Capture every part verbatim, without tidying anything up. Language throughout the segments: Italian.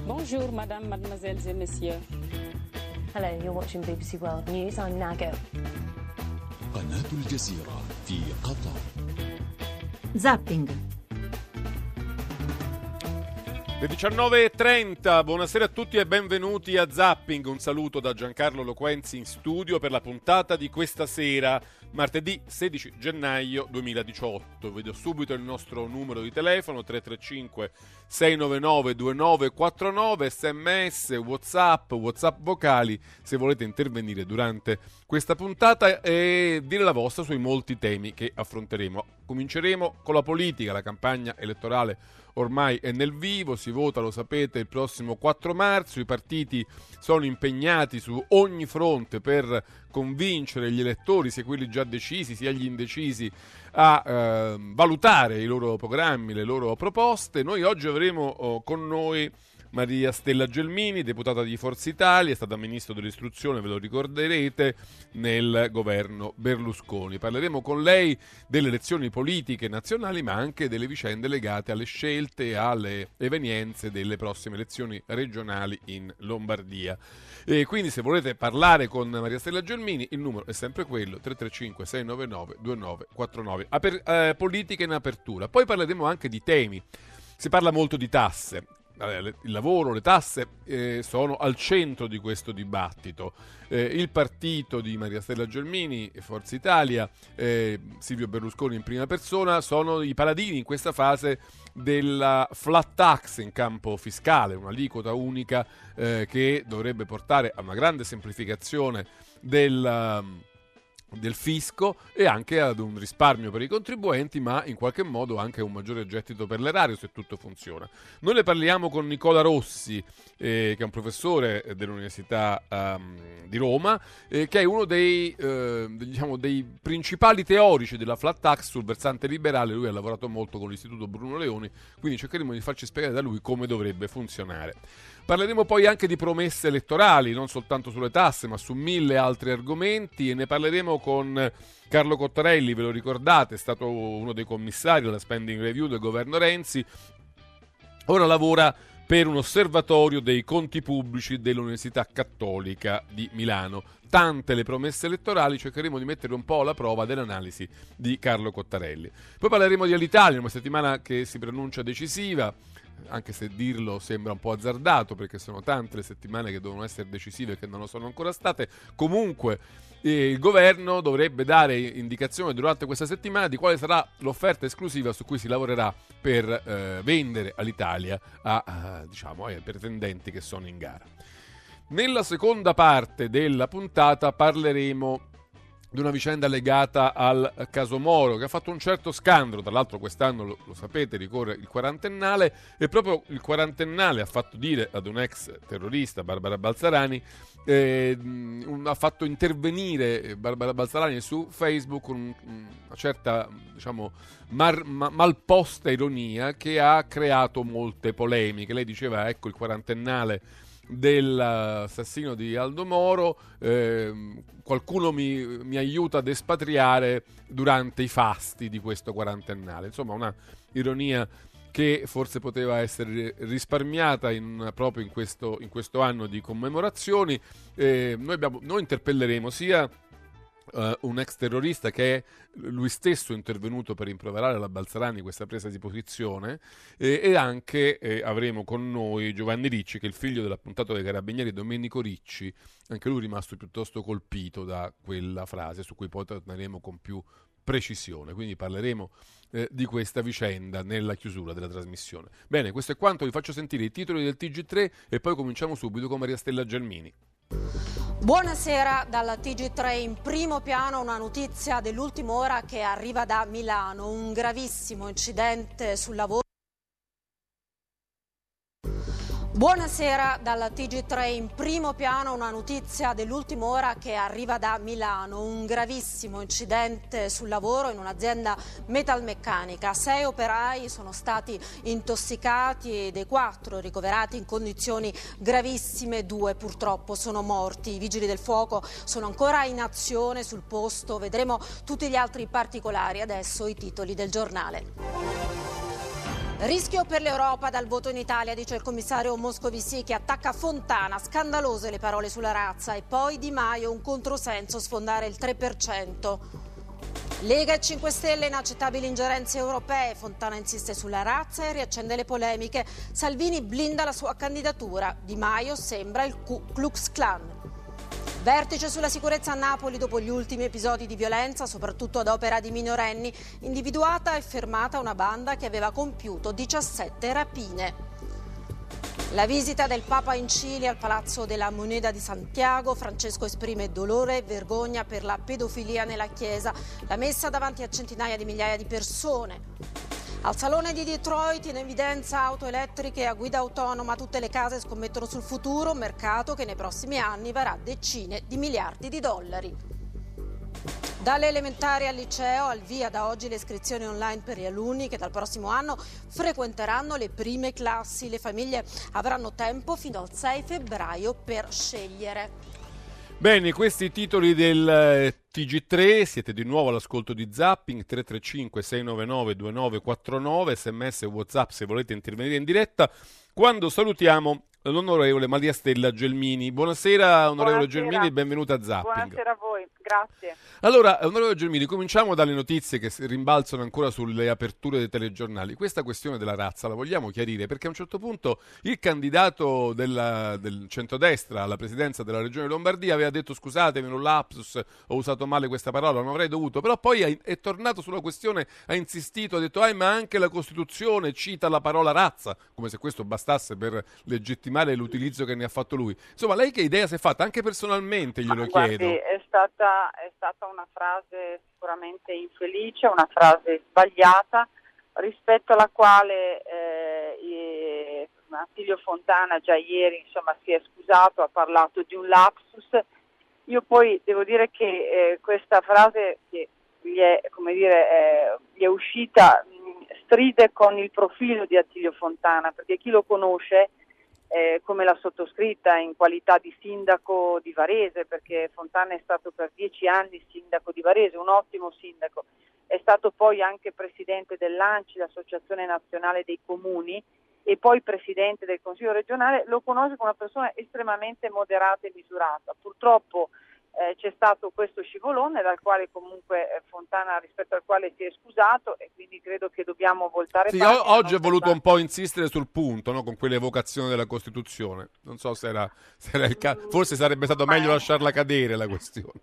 Bonjour, madame, mademoiselles et messieurs. Hello, you're watching B B C World News. I'm Nago. قناة الجزيرة في قطر. Zapping. Le diciannove e trenta, buonasera a tutti e benvenuti a Zapping. Un saluto da Giancarlo Loquenzi in studio per la puntata di questa sera, martedì sedici gennaio duemiladiciotto. Vedo subito il nostro numero di telefono tre tre cinque sei nove nove due nove quattro nove, sms, whatsapp, whatsapp vocali se volete intervenire durante questa puntata e dire la vostra sui molti temi che affronteremo. Cominceremo con la politica, la campagna elettorale ormai è nel vivo, si vota, lo sapete, il prossimo quattro marzo, i partiti sono impegnati su ogni fronte per convincere gli elettori, sia quelli già decisi sia gli indecisi, a eh, valutare i loro programmi, le loro proposte. Noi oggi avremo oh, con noi Maria Stella Gelmini, deputata di Forza Italia, è stata ministro dell'istruzione, ve lo ricorderete, nel governo Berlusconi. Parleremo con lei delle elezioni politiche nazionali, ma anche delle vicende legate alle scelte e alle evenienze delle prossime elezioni regionali in Lombardia. E quindi se volete parlare con Maria Stella Gelmini, il numero è sempre quello, tre tre cinque sei nove nove due nove quattro nove. Aper- eh, politica in apertura. Poi parleremo anche di temi. Si parla molto di tasse. Il lavoro, le tasse eh, sono al centro di questo dibattito. Eh, il partito di Maria Stella Gelmini e Forza Italia, eh, Silvio Berlusconi in prima persona, sono i paladini in questa fase della flat tax in campo fiscale, un'aliquota unica eh, che dovrebbe portare a una grande semplificazione del del fisco e anche ad un risparmio per i contribuenti, ma in qualche modo anche un maggiore gettito per l'erario se tutto funziona. Noi ne parliamo con Nicola Rossi, eh, che è un professore dell'Università um, di Roma, eh, che è uno dei, eh, diciamo, dei principali teorici della flat tax sul versante liberale. Lui ha lavorato molto con l'Istituto Bruno Leoni, quindi cercheremo di farci spiegare da lui come dovrebbe funzionare. Parleremo poi anche di promesse elettorali, non soltanto sulle tasse, ma su mille altri argomenti, e ne parleremo con Carlo Cottarelli, ve lo ricordate, è stato uno dei commissari della spending review del governo Renzi, ora lavora per un osservatorio dei conti pubblici dell'Università Cattolica di Milano. Tante le promesse elettorali, cercheremo di mettere un po' alla prova dell'analisi di Carlo Cottarelli. Poi parleremo di Alitalia, una settimana che si pronuncia decisiva, anche se dirlo sembra un po' azzardato perché sono tante le settimane che devono essere decisive e che non lo sono ancora state. Comunque eh, il governo dovrebbe dare indicazione durante questa settimana di quale sarà l'offerta esclusiva su cui si lavorerà per eh, vendere all'Italia a, a, diciamo, ai pretendenti che sono in gara. Nella seconda parte della puntata parleremo di una vicenda legata al caso Moro, che ha fatto un certo scandalo. Tra l'altro quest'anno, lo, lo sapete, ricorre il quarantennale, e proprio il quarantennale ha fatto dire ad un ex terrorista, Barbara Balzarani, eh, un, ha fatto intervenire Barbara Balzarani su Facebook con un, una certa, diciamo, mar, ma, malposta ironia che ha creato molte polemiche. Lei diceva, ecco, il quarantennale dell'assassino di Aldo Moro, eh, qualcuno mi, mi aiuta ad espatriare durante i fasti di questo quarantennale. Insomma, una ironia che forse poteva essere risparmiata in, proprio in questo, in questo anno di commemorazioni. Eh, noi, abbiamo, noi interpelleremo sia Uh, un ex terrorista che è lui stesso intervenuto per rimproverare alla Balzarani questa presa di posizione, eh, e anche eh, avremo con noi Giovanni Ricci, che è il figlio dell'appuntato dei Carabinieri Domenico Ricci, anche lui rimasto piuttosto colpito da quella frase, su cui poi torneremo con più precisione. Quindi parleremo eh, di questa vicenda nella chiusura della trasmissione. Bene, questo è quanto. Vi faccio sentire i titoli del T G tre e poi cominciamo subito con Maria Stella Gelmini. Buonasera dalla T G tre. In primo piano una notizia dell'ultima ora che arriva da Milano, un gravissimo incidente sul lavoro. Buonasera dalla T G tre. In primo piano una notizia dell'ultima ora che arriva da Milano, un gravissimo incidente sul lavoro in un'azienda metalmeccanica. Sei operai sono stati intossicati, dei quattro ricoverati in condizioni gravissime, due purtroppo sono morti. I vigili del fuoco sono ancora in azione sul posto, vedremo tutti gli altri particolari. Adesso i titoli del giornale. Rischio per l'Europa dal voto in Italia, dice il commissario Moscovici, che attacca Fontana, scandalose le parole sulla razza, e poi Di Maio, un controsenso, sfondare il tre per cento. Lega e cinque Stelle, inaccettabili ingerenze europee, Fontana insiste sulla razza e riaccende le polemiche, Salvini blinda la sua candidatura, Di Maio sembra il Ku Klux Klan. Vertice sulla sicurezza a Napoli dopo gli ultimi episodi di violenza, soprattutto ad opera di minorenni, individuata e fermata una banda che aveva compiuto diciassette rapine. La visita del Papa in Cile al Palazzo della Moneda di Santiago, Francesco esprime dolore e vergogna per la pedofilia nella Chiesa, la messa davanti a centinaia di migliaia di persone. Al Salone di Detroit in evidenza auto elettriche a guida autonoma, tutte le case scommettono sul futuro, un mercato che nei prossimi anni varrà decine di miliardi di dollari. Dalle elementari al liceo, al via da oggi le iscrizioni online per gli alunni che dal prossimo anno frequenteranno le prime classi. Le famiglie avranno tempo fino al sei febbraio per scegliere. Bene, questi titoli del eh, T G tre, siete di nuovo all'ascolto di Zapping, tre tre cinque sei nove nove due nove quattro nove, sms e WhatsApp se volete intervenire in diretta, quando salutiamo l'onorevole Maria Stella Gelmini. Buonasera onorevole Buonasera. Gelmini, benvenuta a Zapping. Buonasera a voi, grazie. Allora, onorevole Gelmini, cominciamo dalle notizie che si rimbalzano ancora sulle aperture dei telegiornali. Questa questione della razza la vogliamo chiarire, perché a un certo punto il candidato della, del centrodestra alla presidenza della regione Lombardia aveva detto: scusatemi, un lapsus, ho usato male questa parola, non avrei dovuto, però poi è, è tornato sulla questione, ha insistito, ha detto ah, ma anche la Costituzione cita la parola razza, come se questo bastasse per legittimare l'utilizzo che ne ha fatto lui. Insomma, lei che idea si è fatta? Anche personalmente glielo Ma guardi, chiedo. È stata, è stata una frase sicuramente infelice, una frase sbagliata, rispetto alla quale eh, Attilio Fontana già ieri insomma si è scusato, ha parlato di un lapsus. Io poi devo dire che eh, questa frase che gli è, come dire, eh, gli è uscita mh, stride con il profilo di Attilio Fontana, perché chi lo conosce Eh, come la sottoscritta in qualità di sindaco di Varese, perché Fontana è stato per dieci anni sindaco di Varese, un ottimo sindaco, è stato poi anche presidente dell'ANCI, l'Associazione Nazionale dei Comuni, e poi presidente del Consiglio regionale, lo conosce come una persona estremamente moderata e misurata. Purtroppo eh, c'è stato questo scivolone dal quale comunque eh, Fontana, rispetto al quale si è scusato, e quindi credo che dobbiamo voltare Sì, pagina, o- oggi ha non voluto un soltanto- po' insistere sul punto, no? Con quell'evocazione della Costituzione. Non so se era, se era il caso. Forse sarebbe stato meglio lasciarla cadere la questione.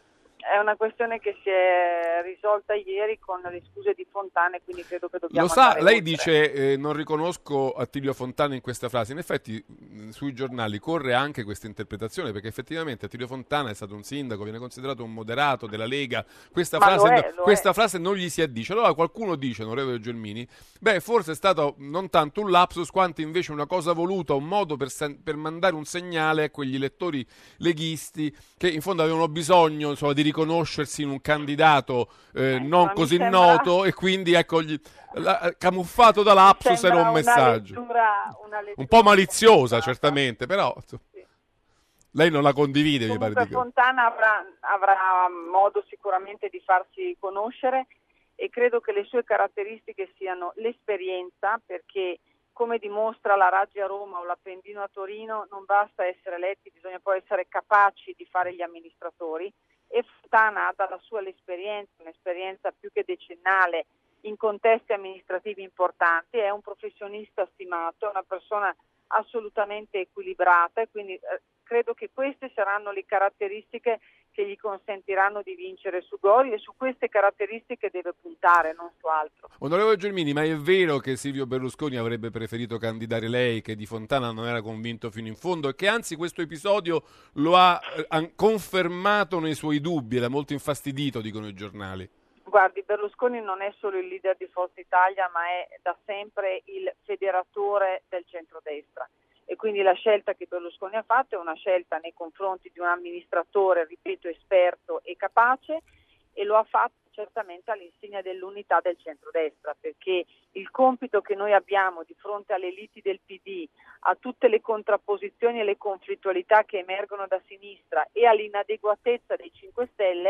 È una questione che si è risolta ieri con le scuse di Fontana, e quindi credo che dobbiamo Lo sa, andare lei oltre. dice eh, non riconosco Attilio Fontana in questa frase. In effetti mh, sui giornali corre anche questa interpretazione, perché effettivamente Attilio Fontana è stato un sindaco, viene considerato un moderato della Lega. Questa, Ma frase, lo è, lo questa è. frase non gli si addice. Allora qualcuno dice, onorevole Gelmini, beh, forse è stato non tanto un lapsus quanto invece una cosa voluta, un modo per, sen- per mandare un segnale a quegli elettori leghisti che in fondo avevano bisogno, insomma, di riconoscersi in un candidato eh, non ma mi così sembra- noto, e quindi ecco gli- la- camuffato da lapsus era Sembra un una messaggio lettura- una lettura un po' maliziosa, sensata. certamente, però Sì. lei non la condivide, mi pare Comunque di capire. Fontana avrà, avrà modo sicuramente di farsi conoscere, e credo che le sue caratteristiche siano l'esperienza, perché come dimostra la Raggi a Roma o l'Appendino a Torino, non basta essere eletti, bisogna poi essere capaci di fare gli amministratori, e Fontana ha dalla sua l'esperienza, un'esperienza più che decennale in contesti amministrativi importanti, è un professionista stimato, è una persona assolutamente equilibrata, e quindi eh, credo che queste saranno le caratteristiche che gli consentiranno di vincere su Gori, e su queste caratteristiche deve puntare, non su altro. Onorevole Gelmini, ma è vero che Silvio Berlusconi avrebbe preferito candidare lei, che di Fontana non era convinto fino in fondo, e che anzi questo episodio lo ha eh, an- confermato nei suoi dubbi, era molto infastidito, dicono i giornali? Guardi, Berlusconi non è solo il leader di Forza Italia, ma è da sempre il federatore del centrodestra, e quindi la scelta che Berlusconi ha fatto è una scelta nei confronti di un amministratore, ripeto, esperto e capace, e lo ha fatto certamente all'insegna dell'unità del centrodestra, perché il compito che noi abbiamo di fronte alle liti del P D, a tutte le contrapposizioni e le conflittualità che emergono da sinistra e all'inadeguatezza dei cinque Stelle,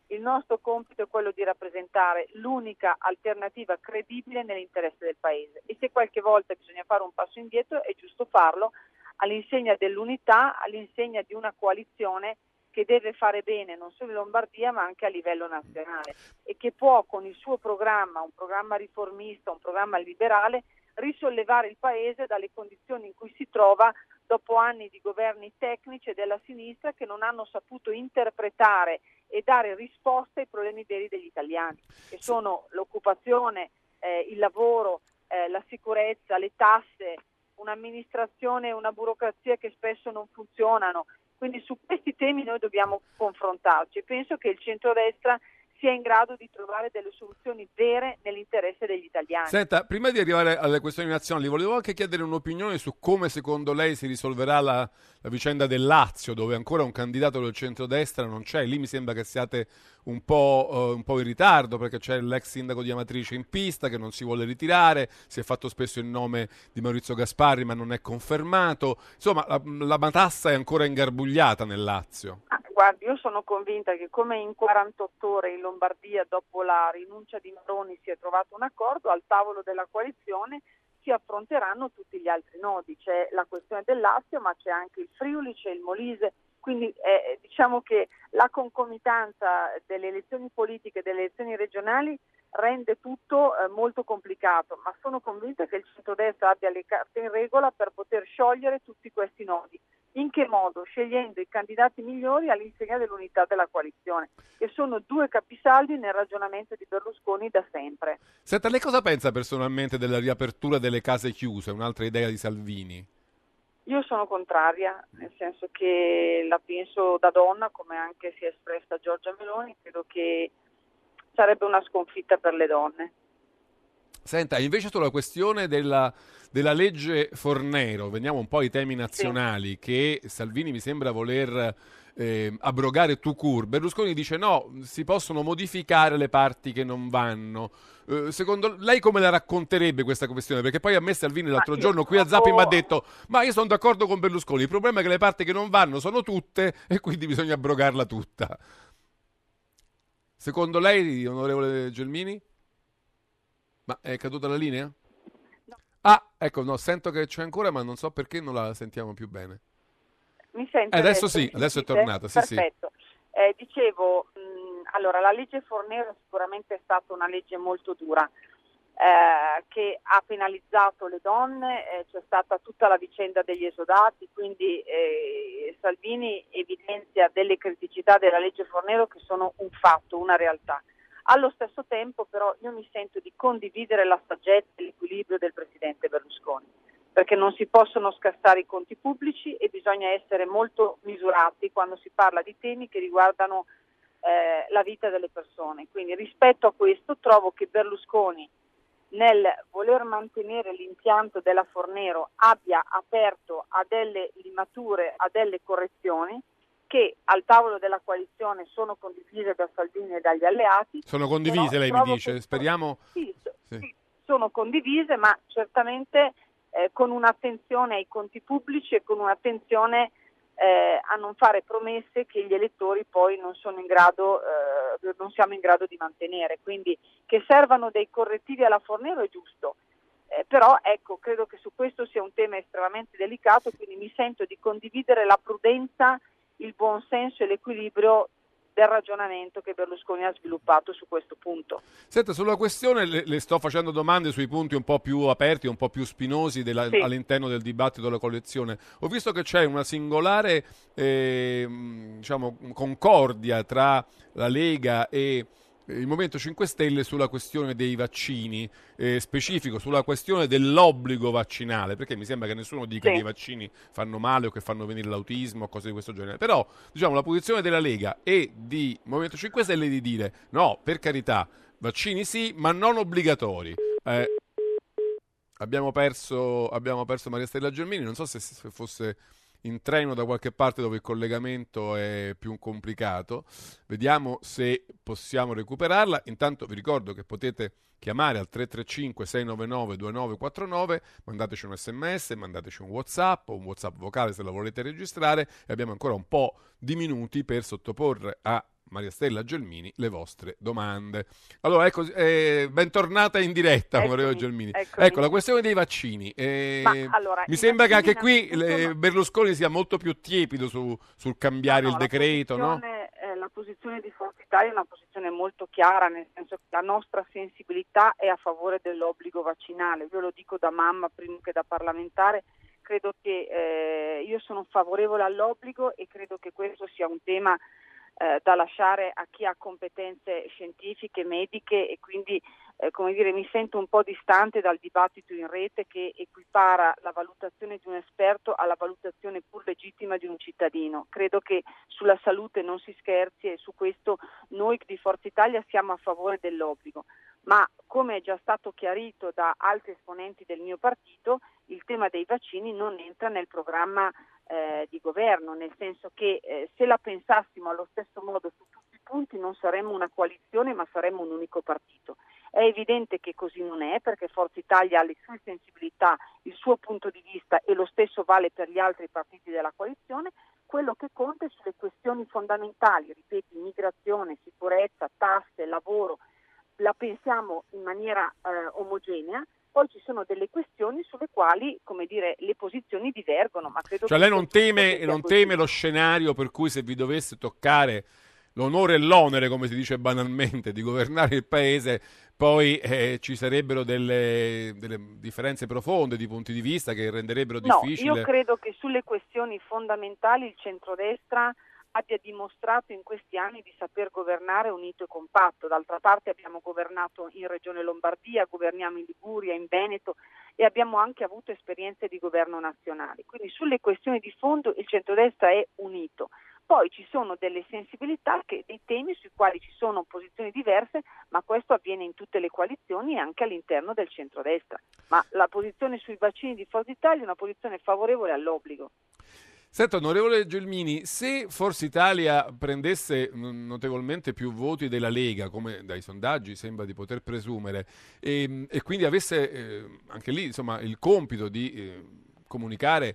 Il nostro compito è quello di rappresentare l'unica alternativa credibile nell'interesse del Paese, e se qualche volta bisogna fare un passo indietro è giusto farlo all'insegna dell'unità, all'insegna di una coalizione che deve fare bene non solo in Lombardia ma anche a livello nazionale, e che può con il suo programma, un programma riformista, un programma liberale, risollevare il Paese dalle condizioni in cui si trova dopo anni di governi tecnici e della sinistra che non hanno saputo interpretare e dare risposte ai problemi veri degli italiani, che sono l'occupazione, eh, il lavoro, eh, la sicurezza, le tasse, un'amministrazione e una burocrazia che spesso non funzionano. Quindi su questi temi noi dobbiamo confrontarci. Penso che il centrodestra sia in grado di trovare delle soluzioni vere nell'interesse degli italiani. Senta, prima di arrivare alle questioni nazionali, volevo anche chiedere un'opinione su come secondo lei si risolverà la, la vicenda del Lazio, dove ancora un candidato del centrodestra non c'è. Lì mi sembra che siate un po', uh, un po' in ritardo, perché c'è l'ex sindaco di Amatrice in pista che non si vuole ritirare, si è fatto spesso il nome di Maurizio Gasparri ma non è confermato. Insomma, la, la matassa è ancora ingarbugliata nel Lazio. Guardi, io sono convinta che come in quarantotto ore in Lombardia dopo la rinuncia di Maroni si è trovato un accordo, al tavolo della coalizione si affronteranno tutti gli altri nodi. C'è la questione del Lazio, ma c'è anche il Friuli, c'è il Molise, quindi eh, diciamo che la concomitanza delle elezioni politiche e delle elezioni regionali rende tutto eh, molto complicato, ma sono convinta che il centrodestra abbia le carte in regola per poter sciogliere tutti questi nodi. In che modo? Scegliendo i candidati migliori all'insegna dell'unità della coalizione, che sono due capisaldi nel ragionamento di Berlusconi da sempre. Senta, lei cosa pensa personalmente della riapertura delle case chiuse, un'altra idea di Salvini? Io sono contraria, nel senso che la penso da donna, come anche si è espressa Giorgia Meloni, credo che sarebbe una sconfitta per le donne. Senta, invece sulla questione della, della legge Fornero, veniamo un po' ai temi nazionali, sì, che Salvini mi sembra voler eh, abrogare tout court. Berlusconi dice no, si possono modificare le parti che non vanno. Eh, secondo lei come la racconterebbe questa questione? Perché poi a me Salvini l'altro giorno qui a Zapping mi ha detto ma io sono d'accordo con Berlusconi, il problema è che le parti che non vanno sono tutte e quindi bisogna abrogarla tutta. Secondo lei, onorevole Gelmini? Ma è caduta la linea? No. Ah, ecco, no, sento che c'è ancora, ma non so perché non la sentiamo più bene. Mi sente eh, adesso, adesso sì, mi adesso sentite? È tornata. Sì, Perfetto. Sì. Eh, dicevo, mh, allora, la legge Fornero sicuramente è stata una legge molto dura, eh, che ha penalizzato le donne, eh, c'è stata tutta la vicenda degli esodati, quindi eh, Salvini evidenzia delle criticità della legge Fornero che sono un fatto, una realtà. Allo stesso tempo però io mi sento di condividere la saggezza e l'equilibrio del Presidente Berlusconi, perché non si possono scassare i conti pubblici e bisogna essere molto misurati quando si parla di temi che riguardano eh, la vita delle persone. Quindi rispetto a questo trovo che Berlusconi nel voler mantenere l'impianto della Fornero abbia aperto a delle limature, a delle correzioni che al tavolo della coalizione sono condivise da Salvini e dagli alleati. Sono condivise, lei mi dice, che, speriamo... Sì, sì. sì, sono condivise, ma certamente eh, con un'attenzione ai conti pubblici e con un'attenzione eh, a non fare promesse che gli elettori poi non sono in grado, eh, non siamo in grado di mantenere. Quindi che servano dei correttivi alla Fornero è giusto. Eh, però ecco, credo che su questo sia un tema estremamente delicato, quindi mi sento di condividere la prudenza, il buon senso e l'equilibrio del ragionamento che Berlusconi ha sviluppato su questo punto. Senta, sulla questione le, le sto facendo domande sui punti un po' più aperti, un po' più spinosi della, sì. all'interno del dibattito della coalizione. Ho visto che c'è una singolare eh, diciamo, concordia tra la Lega e il Movimento cinque Stelle sulla questione dei vaccini, eh, specifico sulla questione dell'obbligo vaccinale, perché mi sembra che nessuno dica sì. che i vaccini fanno male o che fanno venire l'autismo o cose di questo genere. Però, diciamo, la posizione della Lega e di Movimento cinque Stelle è di dire no, per carità, vaccini sì, ma non obbligatori. Eh, abbiamo perso, abbiamo perso Maria Stella Gelmini, non so se, se fosse in treno da qualche parte dove il collegamento è più complicato. Vediamo se possiamo recuperarla. Intanto vi ricordo che potete chiamare al tre tre cinque sei nove nove due nove quattro nove, mandateci un sms, mandateci un WhatsApp o un WhatsApp vocale se la volete registrare, e abbiamo ancora un po' di minuti per sottoporre a Maria Stella Gelmini le vostre domande. Allora, ecco, eh, bentornata in diretta, onorevole Gelmini. Eccomi. Ecco, la questione dei vaccini. Eh, Ma, allora, mi i sembra che anche vaccini qui le, sono... Berlusconi sia molto più tiepido su, sul cambiare no, no, il decreto, la posizione, no? Eh, la posizione di Forza Italia è una posizione molto chiara, nel senso che la nostra sensibilità è a favore dell'obbligo vaccinale. Io lo dico da mamma prima che da parlamentare. Credo che eh, io sono favorevole all'obbligo e credo che questo sia un tema eh, da lasciare a chi ha competenze scientifiche, mediche e quindi eh, come dire, mi sento un po' distante dal dibattito in rete che equipara la valutazione di un esperto alla valutazione pur legittima di un cittadino. Credo che sulla salute non si scherzi e su questo noi di Forza Italia siamo a favore dell'obbligo. Ma come è già stato chiarito da altri esponenti del mio partito, il tema dei vaccini non entra nel programma eh, di governo, nel senso che eh, se la pensassimo allo stesso modo su tutti i punti non saremmo una coalizione ma saremmo un unico partito. È evidente che così non è, perché Forza Italia ha le sue sensibilità, il suo punto di vista e lo stesso vale per gli altri partiti della coalizione. Quello che conta è sulle questioni fondamentali, ripeto, immigrazione, sicurezza, tasse, lavoro, la pensiamo in maniera eh, omogenea. Poi ci sono delle questioni sulle quali, come dire, le posizioni divergono, ma credo cioè che lei non teme, non così. teme lo scenario per cui se vi dovesse toccare l'onore e l'onere, come si dice banalmente, di governare il paese, poi eh, ci sarebbero delle, delle differenze profonde di punti di vista che renderebbero difficile. No, io credo che sulle questioni fondamentali il centrodestra abbia dimostrato in questi anni di saper governare unito e compatto. D'altra parte abbiamo governato in Regione Lombardia, governiamo in Liguria, in Veneto e abbiamo anche avuto esperienze di governo nazionale. Quindi sulle questioni di fondo il centrodestra è unito. Poi ci sono delle sensibilità, che, dei temi sui quali ci sono posizioni diverse, ma questo avviene in tutte le coalizioni e anche all'interno del centrodestra. Ma la posizione sui vaccini di Forza Italia è una posizione favorevole all'obbligo. Senta, onorevole Gelmini, se Forza Italia prendesse notevolmente più voti della Lega, come dai sondaggi sembra di poter presumere, e, e quindi avesse eh, anche lì insomma il compito di eh, comunicare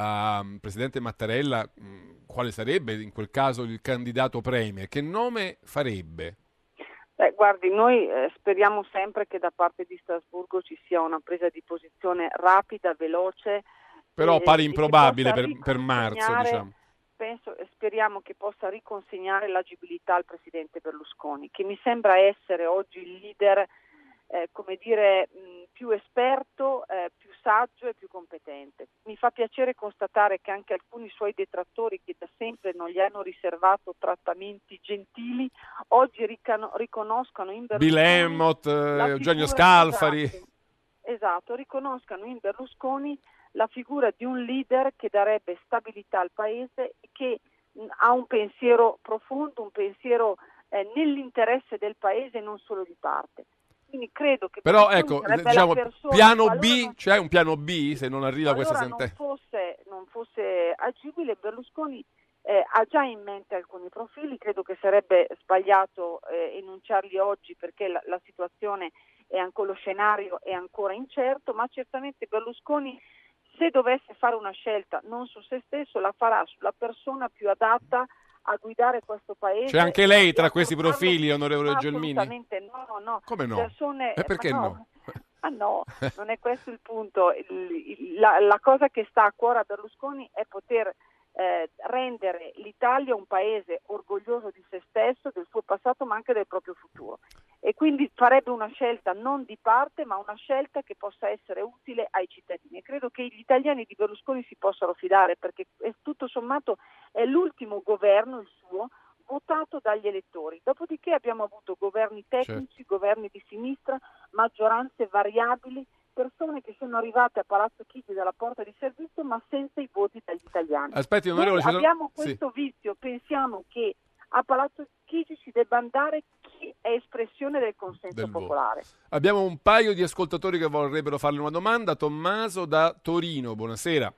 al Presidente Mattarella mh, quale sarebbe in quel caso il candidato premier, che nome farebbe? Beh, guardi, noi eh, speriamo sempre che da parte di Strasburgo ci sia una presa di posizione rapida, veloce. Però eh, pare improbabile per, riconsegnare- per marzo, diciamo. Penso e speriamo che possa riconsegnare l'agibilità al Presidente Berlusconi, che mi sembra essere oggi il leader, eh, come dire, mh, più esperto, eh, più saggio e più competente. Mi fa piacere constatare che anche alcuni suoi detrattori, che da sempre non gli hanno riservato trattamenti gentili, oggi ricano- riconoscano in Berlusconi Bill Emmott, la eh, Eugenio figura- Scalfari. Esatto, esatto, riconoscano in Berlusconi la figura di un leader che darebbe stabilità al paese, che mh, ha un pensiero profondo, un pensiero eh, nell'interesse del paese e non solo di parte. Quindi credo che Però Berlusconi ecco, sarebbe diciamo, la persona, piano qualora B, non- c'è un piano B se non arriva questa qualora non sentenza? fosse, non fosse agibile, Berlusconi eh, ha già in mente alcuni profili. Credo che sarebbe sbagliato eh, enunciarli oggi perché la, la situazione è ancora, lo scenario è ancora incerto, ma certamente Berlusconi, se dovesse fare una scelta non su se stesso, la farà sulla persona più adatta a guidare questo paese. C'è anche lei e tra a questi portarlo- profili, onorevole No, Gelmini? assolutamente no, no. Come no? Persone, E perché ma no? Ah no, non è questo il punto. Il- il- la, la cosa che sta a cuore a Berlusconi è poter eh, rendere l'Italia un paese orgoglioso di se stesso, del suo passato, ma anche del proprio futuro. E quindi farebbe una scelta non di parte, ma una scelta che possa essere utile ai cittadini. E credo che gli italiani di Berlusconi si possano fidare, perché è, tutto sommato è l'ultimo governo, il suo, votato dagli elettori. Dopodiché abbiamo avuto governi tecnici, Certo. governi di sinistra, maggioranze variabili, persone che sono arrivate a Palazzo Chigi dalla porta di servizio ma senza i voti degli italiani. Aspetti, Noi onorevole, ci sono- abbiamo sì. questo vizio, pensiamo che a Palazzo Chigi si debba andare chi è espressione del consenso Del voto. popolare. Abbiamo un paio di ascoltatori che vorrebbero farle una domanda. Tommaso da Torino, buonasera.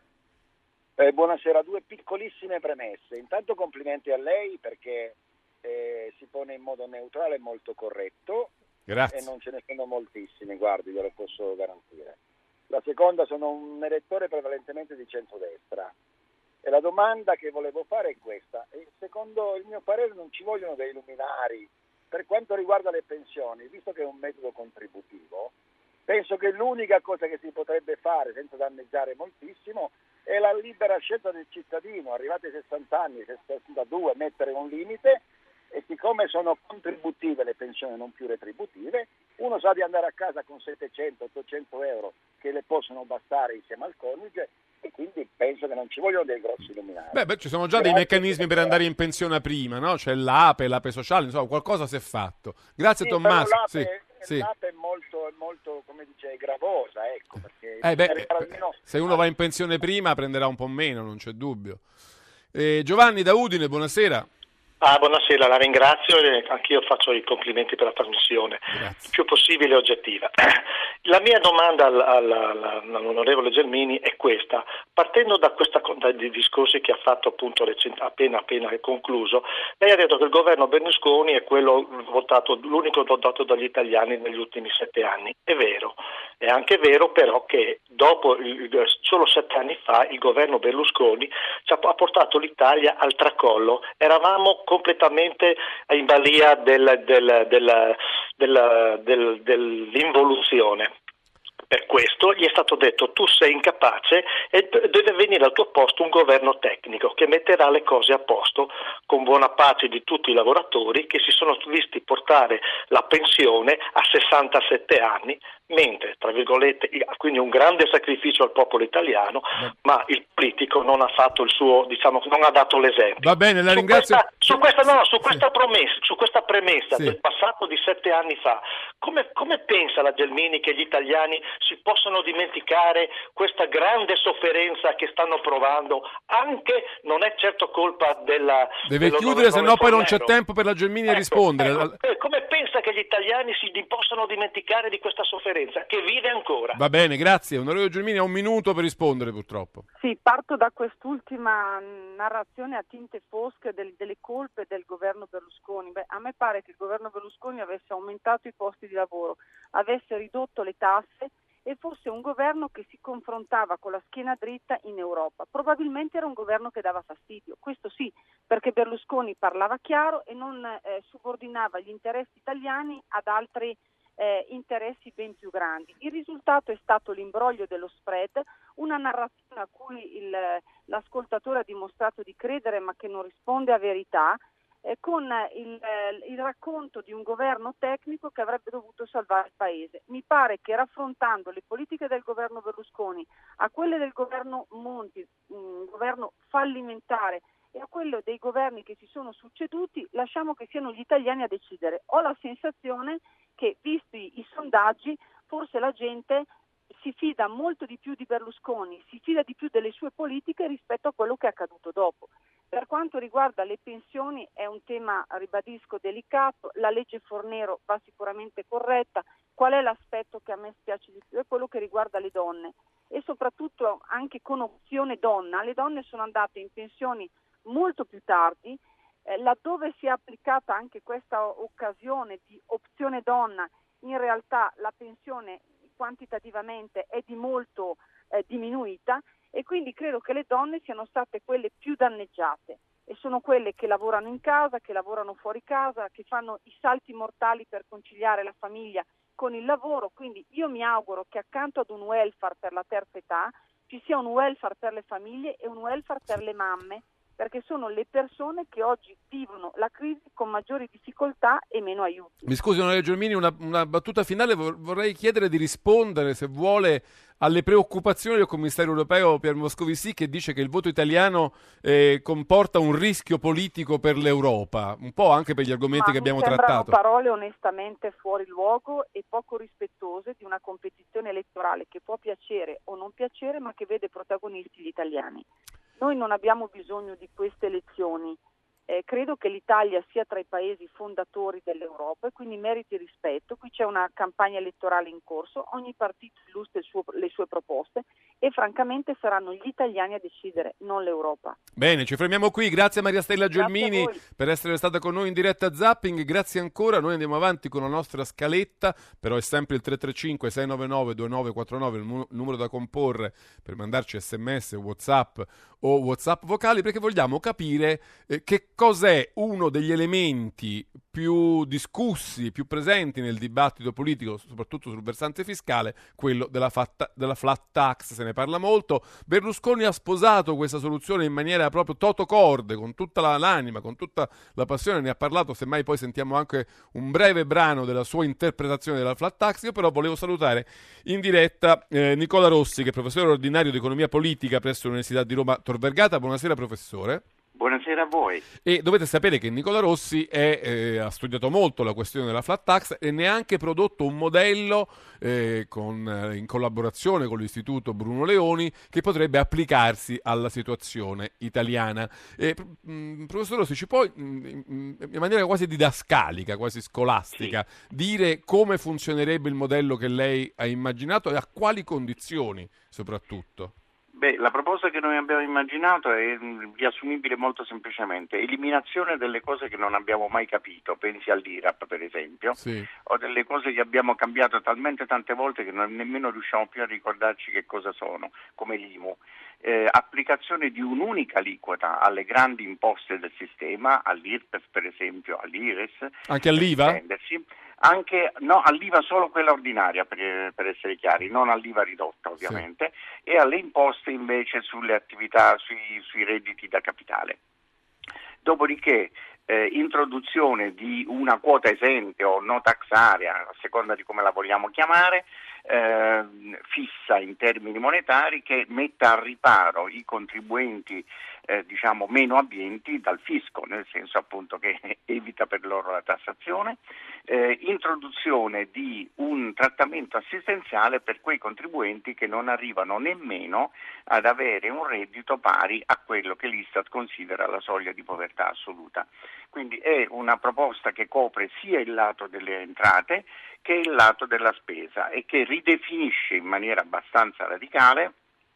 Eh, buonasera, due piccolissime premesse. Intanto complimenti a lei perché eh, si pone in modo neutrale e molto corretto Grazie. e non ce ne sono moltissimi, guardi, glielo posso garantire. La seconda, sono un elettore prevalentemente di centrodestra E la domanda che volevo fare è questa: e secondo il mio parere non ci vogliono dei luminari per quanto riguarda le pensioni, visto che è un metodo contributivo. Penso che l'unica cosa che si potrebbe fare senza danneggiare moltissimo è la libera scelta del cittadino, arrivati ai sessanta anni, sessantadue, mettere un limite, e siccome sono contributive le pensioni non più retributive, uno sa di andare a casa con settecento ottocento euro che le possono bastare insieme al coniuge, e quindi penso che non ci vogliono dei grossi luminari. Beh, beh, ci sono già dei meccanismi per andare in pensione prima, no? C'è l'Ape, l'Ape sociale, insomma, qualcosa si è fatto. Grazie sì, Tommaso. L'Ape, sì, sì. l'Ape è molto, è molto, come dice, gravosa, ecco, perché Eh beh, almeno... se uno va in pensione prima prenderà un po' meno, non c'è dubbio. Eh, Giovanni da Udine, buonasera. Ah, buonasera, la ringrazio e anch'io faccio i complimenti per la trasmissione, Grazie. il più possibile oggettiva. La mia domanda all, all, all, all'onorevole Gelmini è questa: partendo da questa dai discorsi che ha fatto appunto recent, appena appena concluso, lei ha detto che il governo Berlusconi è quello votato, l'unico votato dagli italiani negli ultimi sette anni. È vero, è anche vero però che dopo il, solo sette anni fa il governo Berlusconi ci ha, ha portato l'Italia al tracollo. Eravamo completamente in balia del, del, del, del, del, dell'involuzione. Per questo gli è stato detto: tu sei incapace e deve venire al tuo posto un governo tecnico che metterà le cose a posto, con buona pace di tutti i lavoratori che si sono visti portare la pensione a sessantasette anni, mentre, tra virgolette, quindi un grande sacrificio al popolo italiano, ma il politico non ha fatto il suo, diciamo, non ha dato l'esempio. Va bene, la ringrazio. Su questa, su questa, no, su questa sì. promessa, su questa premessa sì. del passato di sette anni fa, come, come pensa la Gelmini che gli italiani si possono dimenticare questa grande sofferenza che stanno provando? Anche non è certo colpa della... Deve chiudere, se no poi non c'è tempo per la Gelmini ecco, a rispondere. Ecco, come pensa che gli italiani si possano dimenticare di questa sofferenza che vive ancora? Va bene, grazie. Onorevole Gelmini ha un minuto per rispondere, purtroppo. Sì, parto da quest'ultima narrazione a tinte fosche del, delle colpe del governo Berlusconi. Beh, a me pare che il governo Berlusconi avesse aumentato i posti di lavoro, avesse ridotto le tasse e fosse un governo che si confrontava con la schiena dritta in Europa. Probabilmente era un governo che dava fastidio, questo sì, perché Berlusconi parlava chiaro e non eh, subordinava gli interessi italiani ad altri eh, interessi ben più grandi. Il risultato è stato l'imbroglio dello spread, una narrazione a cui il, l'ascoltatore ha dimostrato di credere ma che non risponde a verità, Eh, con il, eh, il racconto di un governo tecnico che avrebbe dovuto salvare il paese. Mi pare che raffrontando le politiche del governo Berlusconi a quelle del governo Monti, un governo fallimentare, e a quello dei governi che si sono succeduti, lasciamo che siano gli italiani a decidere. Ho la sensazione che, visti i sondaggi, forse la gente si fida molto di più di Berlusconi, si fida di più delle sue politiche rispetto a quello che è accaduto dopo. Per quanto riguarda le pensioni è un tema, ribadisco, delicato. La legge Fornero va sicuramente corretta. Qual è l'aspetto che a me spiace di più? È quello che riguarda le donne e soprattutto anche con opzione donna. Le donne sono andate in pensioni molto più tardi, eh, laddove si è applicata anche questa occasione di opzione donna, in realtà la pensione quantitativamente è di molto eh, diminuita. E quindi credo che le donne siano state quelle più danneggiate e sono quelle che lavorano in casa, che lavorano fuori casa, che fanno i salti mortali per conciliare la famiglia con il lavoro. Quindi io mi auguro che accanto ad un welfare per la terza età ci sia un welfare per le famiglie e un welfare per le mamme, perché sono le persone che oggi vivono la crisi con maggiori difficoltà e meno aiuti. Mi scusi, onorevole Gelmini, una, una battuta finale. Vorrei chiedere di rispondere, se vuole, alle preoccupazioni del commissario europeo Pierre Moscovici, che dice che il voto italiano eh, comporta un rischio politico per l'Europa, un po' anche per gli argomenti Ma che abbiamo mi sembrano trattato. Parole onestamente fuori luogo e poco rispettose di una competizione elettorale che può piacere o non piacere, ma che vede protagonisti gli italiani. Noi non abbiamo bisogno di queste elezioni Eh, credo che l'Italia sia tra i paesi fondatori dell'Europa e quindi meriti rispetto. Qui c'è una campagna elettorale in corso, ogni partito illustra il suo, le sue proposte e francamente saranno gli italiani a decidere, non l'Europa. Bene, ci fermiamo qui. Grazie a Maria Stella Gelmini per essere stata con noi in diretta a Zapping. Grazie ancora. Noi andiamo avanti con la nostra scaletta, però è sempre il tre tre cinque sei nove nove due nove quattro nove il mu- numero da comporre per mandarci sms, WhatsApp o WhatsApp vocali, perché vogliamo capire eh, che cos'è uno degli elementi più discussi, più presenti nel dibattito politico, soprattutto sul versante fiscale, quello della, fatta, della flat tax. Se ne parla molto. Berlusconi ha sposato questa soluzione in maniera proprio totocorde, con tutta la, l'anima, con tutta la passione, ne ha parlato. Semmai poi sentiamo anche un breve brano della sua interpretazione della flat tax. Io però volevo salutare in diretta eh, Nicola Rossi, che è professore ordinario di economia politica presso l'Università di Roma Tor Vergata. Buonasera professore. Buonasera a voi. E dovete sapere che Nicola Rossi è, eh, ha studiato molto la questione della flat tax e ne ha anche prodotto un modello eh, con, eh, in collaborazione con l'Istituto Bruno Leoni, che potrebbe applicarsi alla situazione italiana. E, mh, professor Rossi, ci può mh, in maniera quasi didascalica, quasi scolastica, sì, dire come funzionerebbe il modello che lei ha immaginato e a quali condizioni soprattutto? Beh, la proposta che noi abbiamo immaginato è riassumibile molto semplicemente: eliminazione delle cose che non abbiamo mai capito, pensi all'I R A P per esempio, sì, o delle cose che abbiamo cambiato talmente tante volte che non nemmeno riusciamo più a ricordarci che cosa sono, come l'I M U. Eh, applicazione di un'unica aliquota alle grandi imposte del sistema, all'I R P E F per esempio, all'I R E S. Anche all'I V A? Anche, no, all'I V A solo quella ordinaria, per, per essere chiari, non all'I V A ridotta ovviamente, sì, e alle imposte invece sulle attività, sui, sui redditi da capitale. Dopodiché eh, introduzione di una quota esente o no tax area, a seconda di come la vogliamo chiamare, eh, fissa in termini monetari, che metta al riparo i contribuenti eh, diciamo meno abbienti dal fisco, nel senso appunto che evita per loro la tassazione. Eh, introduzione di un trattamento assistenziale per quei contribuenti che non arrivano nemmeno ad avere un reddito pari a quello che l'Istat considera la soglia di povertà assoluta. Quindi è una proposta che copre sia il lato delle entrate che il lato della spesa e che ridefinisce in maniera abbastanza radicale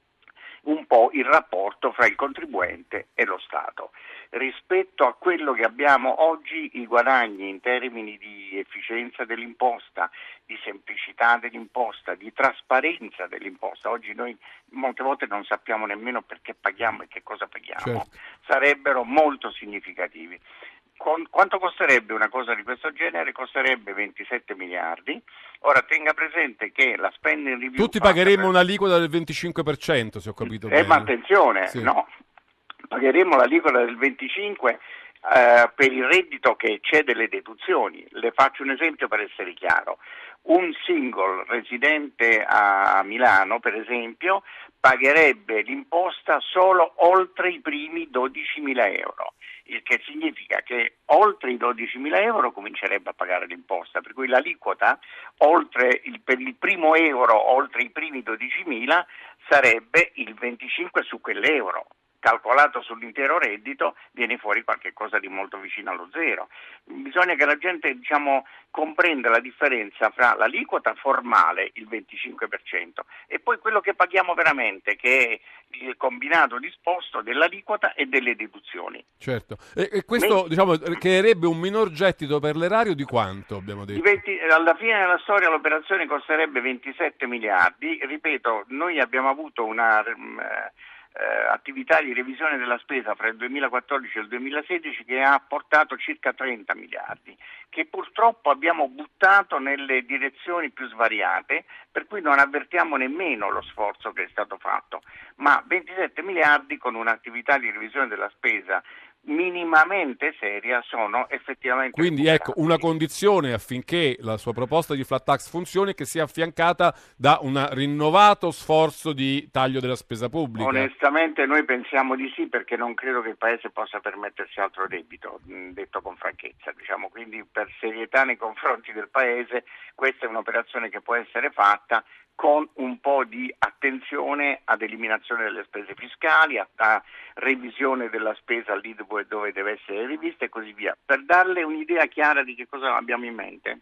un po' il rapporto fra il contribuente e lo Stato. Rispetto a quello che abbiamo oggi, i guadagni in termini di efficienza dell'imposta, di semplicità dell'imposta, di trasparenza dell'imposta, oggi noi molte volte non sappiamo nemmeno perché paghiamo e che cosa paghiamo, certo, sarebbero molto significativi. Con, quanto costerebbe una cosa di questo genere? Costerebbe ventisette miliardi. Ora tenga presente che la spending review... Tutti pagheremmo per... un'aliquota del venticinque per cento, se ho capito eh, bene. Ma attenzione, sì, no, pagheremo l'aliquota del venticinque per cento eh, per il reddito che eccede le deduzioni. Le faccio un esempio per essere chiaro. Un single residente a Milano, per esempio, pagherebbe l'imposta solo oltre i primi dodicimila euro. Il che significa che oltre i dodicimila euro comincerebbe a pagare l'imposta, per cui l'aliquota oltre il, per il primo euro oltre i primi dodicimila sarebbe il venticinque su quell'euro. Calcolato sull'intero reddito viene fuori qualche cosa di molto vicino allo zero. Bisogna che la gente diciamo comprenda la differenza fra l'aliquota formale, il venticinque per cento, e poi quello che paghiamo veramente, che è il combinato disposto dell'aliquota e delle deduzioni. Certo, e, e questo Me... diciamo creerebbe un minor gettito per l'erario di quanto abbiamo detto? venti, alla fine della storia l'operazione costerebbe ventisette miliardi, ripeto, noi abbiamo avuto una... Um, Eh, attività di revisione della spesa fra il duemilaquattordici e il duemilasedici che ha portato circa trenta miliardi, che purtroppo abbiamo buttato nelle direzioni più svariate, per cui non avvertiamo nemmeno lo sforzo che è stato fatto, ma ventisette miliardi con un'attività di revisione della spesa minimamente seria sono effettivamente quindi ecco una condizione affinché la sua proposta di flat tax funzioni, che sia affiancata da un rinnovato sforzo di taglio della spesa pubblica. Onestamente noi pensiamo di sì, perché non credo che il Paese possa permettersi altro debito, detto con franchezza, diciamo, quindi per serietà nei confronti del Paese questa è un'operazione che può essere fatta, con un po' di attenzione ad eliminazione delle spese fiscali, a, a revisione della spesa lì dove, dove deve essere rivista e così via, per darle un'idea chiara di che cosa abbiamo in mente.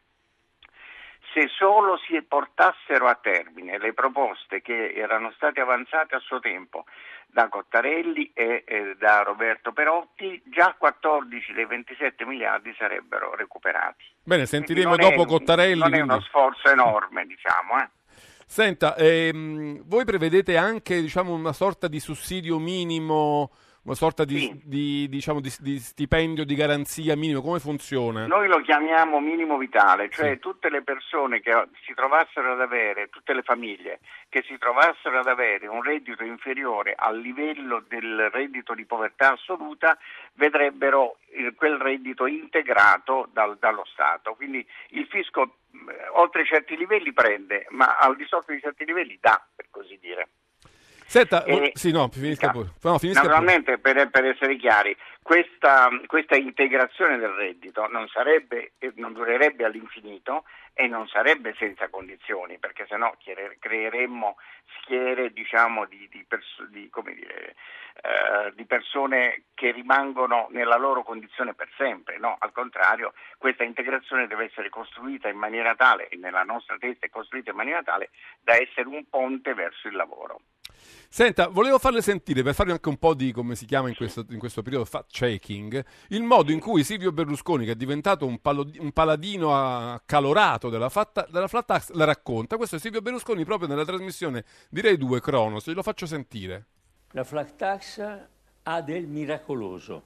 Se solo si portassero a termine le proposte che erano state avanzate a suo tempo da Cottarelli e eh, da Roberto Perotti, già quattordici dei ventisette miliardi sarebbero recuperati. Bene, sentiremo dopo è, Cottarelli. Non quindi... è uno sforzo enorme, diciamo. Eh. Senta, ehm, voi prevedete anche, diciamo, una sorta di sussidio minimo, una sorta di, sì. di, diciamo, di, di stipendio di garanzia minimo, come funziona? Noi lo chiamiamo minimo vitale, cioè sì. tutte le persone che si trovassero ad avere, tutte le famiglie che si trovassero ad avere un reddito inferiore al livello del reddito di povertà assoluta vedrebbero quel reddito integrato dal, dallo Stato. Quindi il fisco oltre certi livelli prende, ma al di sotto di certi livelli dà, per così dire. Senta, E, sì, no, finisca pure. No, finisca naturalmente, pure. Per, per essere chiari, questa, questa integrazione del reddito non sarebbe, non durerebbe all'infinito e non sarebbe senza condizioni, perché sennò creeremmo schiere, diciamo, di, di, perso- di, come dire, eh, di persone che rimangono nella loro condizione per sempre. No, al contrario, questa integrazione deve essere costruita in maniera tale, e nella nostra testa è costruita in maniera tale da essere un ponte verso il lavoro. Senta, volevo farle sentire, per farvi anche un po' di, come si chiama in questo, in questo periodo, fact-checking, il modo in cui Silvio Berlusconi, che è diventato un, palo, un paladino accalorato della, fatta, della flat tax, la racconta. Questo è Silvio Berlusconi proprio nella trasmissione di Rai due Cronos, glielo faccio sentire. La flat tax ha del miracoloso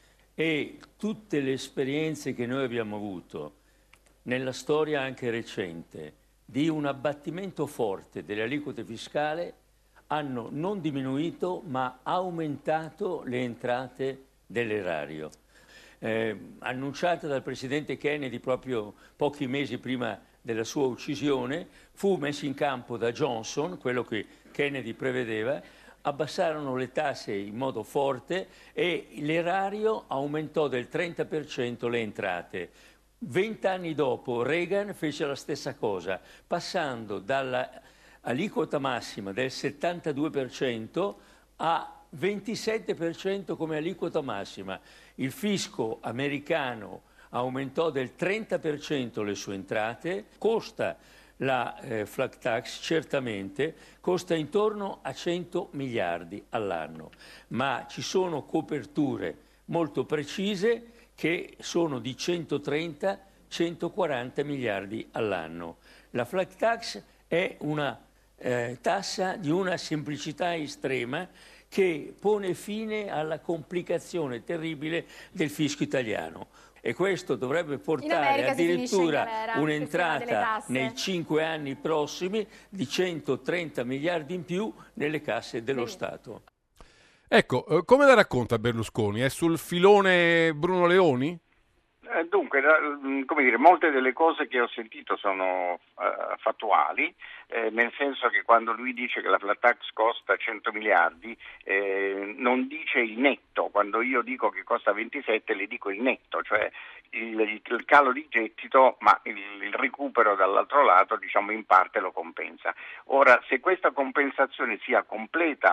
e tutte le esperienze che noi abbiamo avuto nella storia anche recente di un abbattimento forte delle aliquote fiscali hanno non diminuito ma aumentato le entrate dell'erario. Eh, annunciata dal presidente Kennedy proprio pochi mesi prima della sua uccisione, fu messo in campo da Johnson, quello che Kennedy prevedeva, abbassarono le tasse in modo forte e l'erario aumentò del trenta per cento le entrate. Vent'anni dopo Reagan fece la stessa cosa, passando dalla aliquota massima del settantadue per cento a ventisette per cento come aliquota massima. Il fisco americano aumentò del trenta per cento le sue entrate, costa la eh, flat tax certamente, costa intorno a cento miliardi all'anno, ma ci sono coperture molto precise che sono di centotrenta centoquaranta miliardi all'anno. La flat tax è una Eh, tassa di una semplicità estrema che pone fine alla complicazione terribile del fisco italiano. E questo dovrebbe portare addirittura un'entrata nei cinque anni prossimi di centotrenta miliardi in più nelle casse dello sì. Stato. Ecco, eh, come la racconta Berlusconi? È sul filone Bruno Leoni? Eh, dunque, come dire, molte delle cose che ho sentito sono uh, fattuali, eh, nel senso che quando lui dice che la flat tax costa cento miliardi, eh, non dice il netto. Quando io dico che costa ventisette, le dico il netto, cioè il, il calo di gettito, ma il, il recupero dall'altro lato, diciamo, in parte lo compensa. Ora, se questa compensazione sia completa,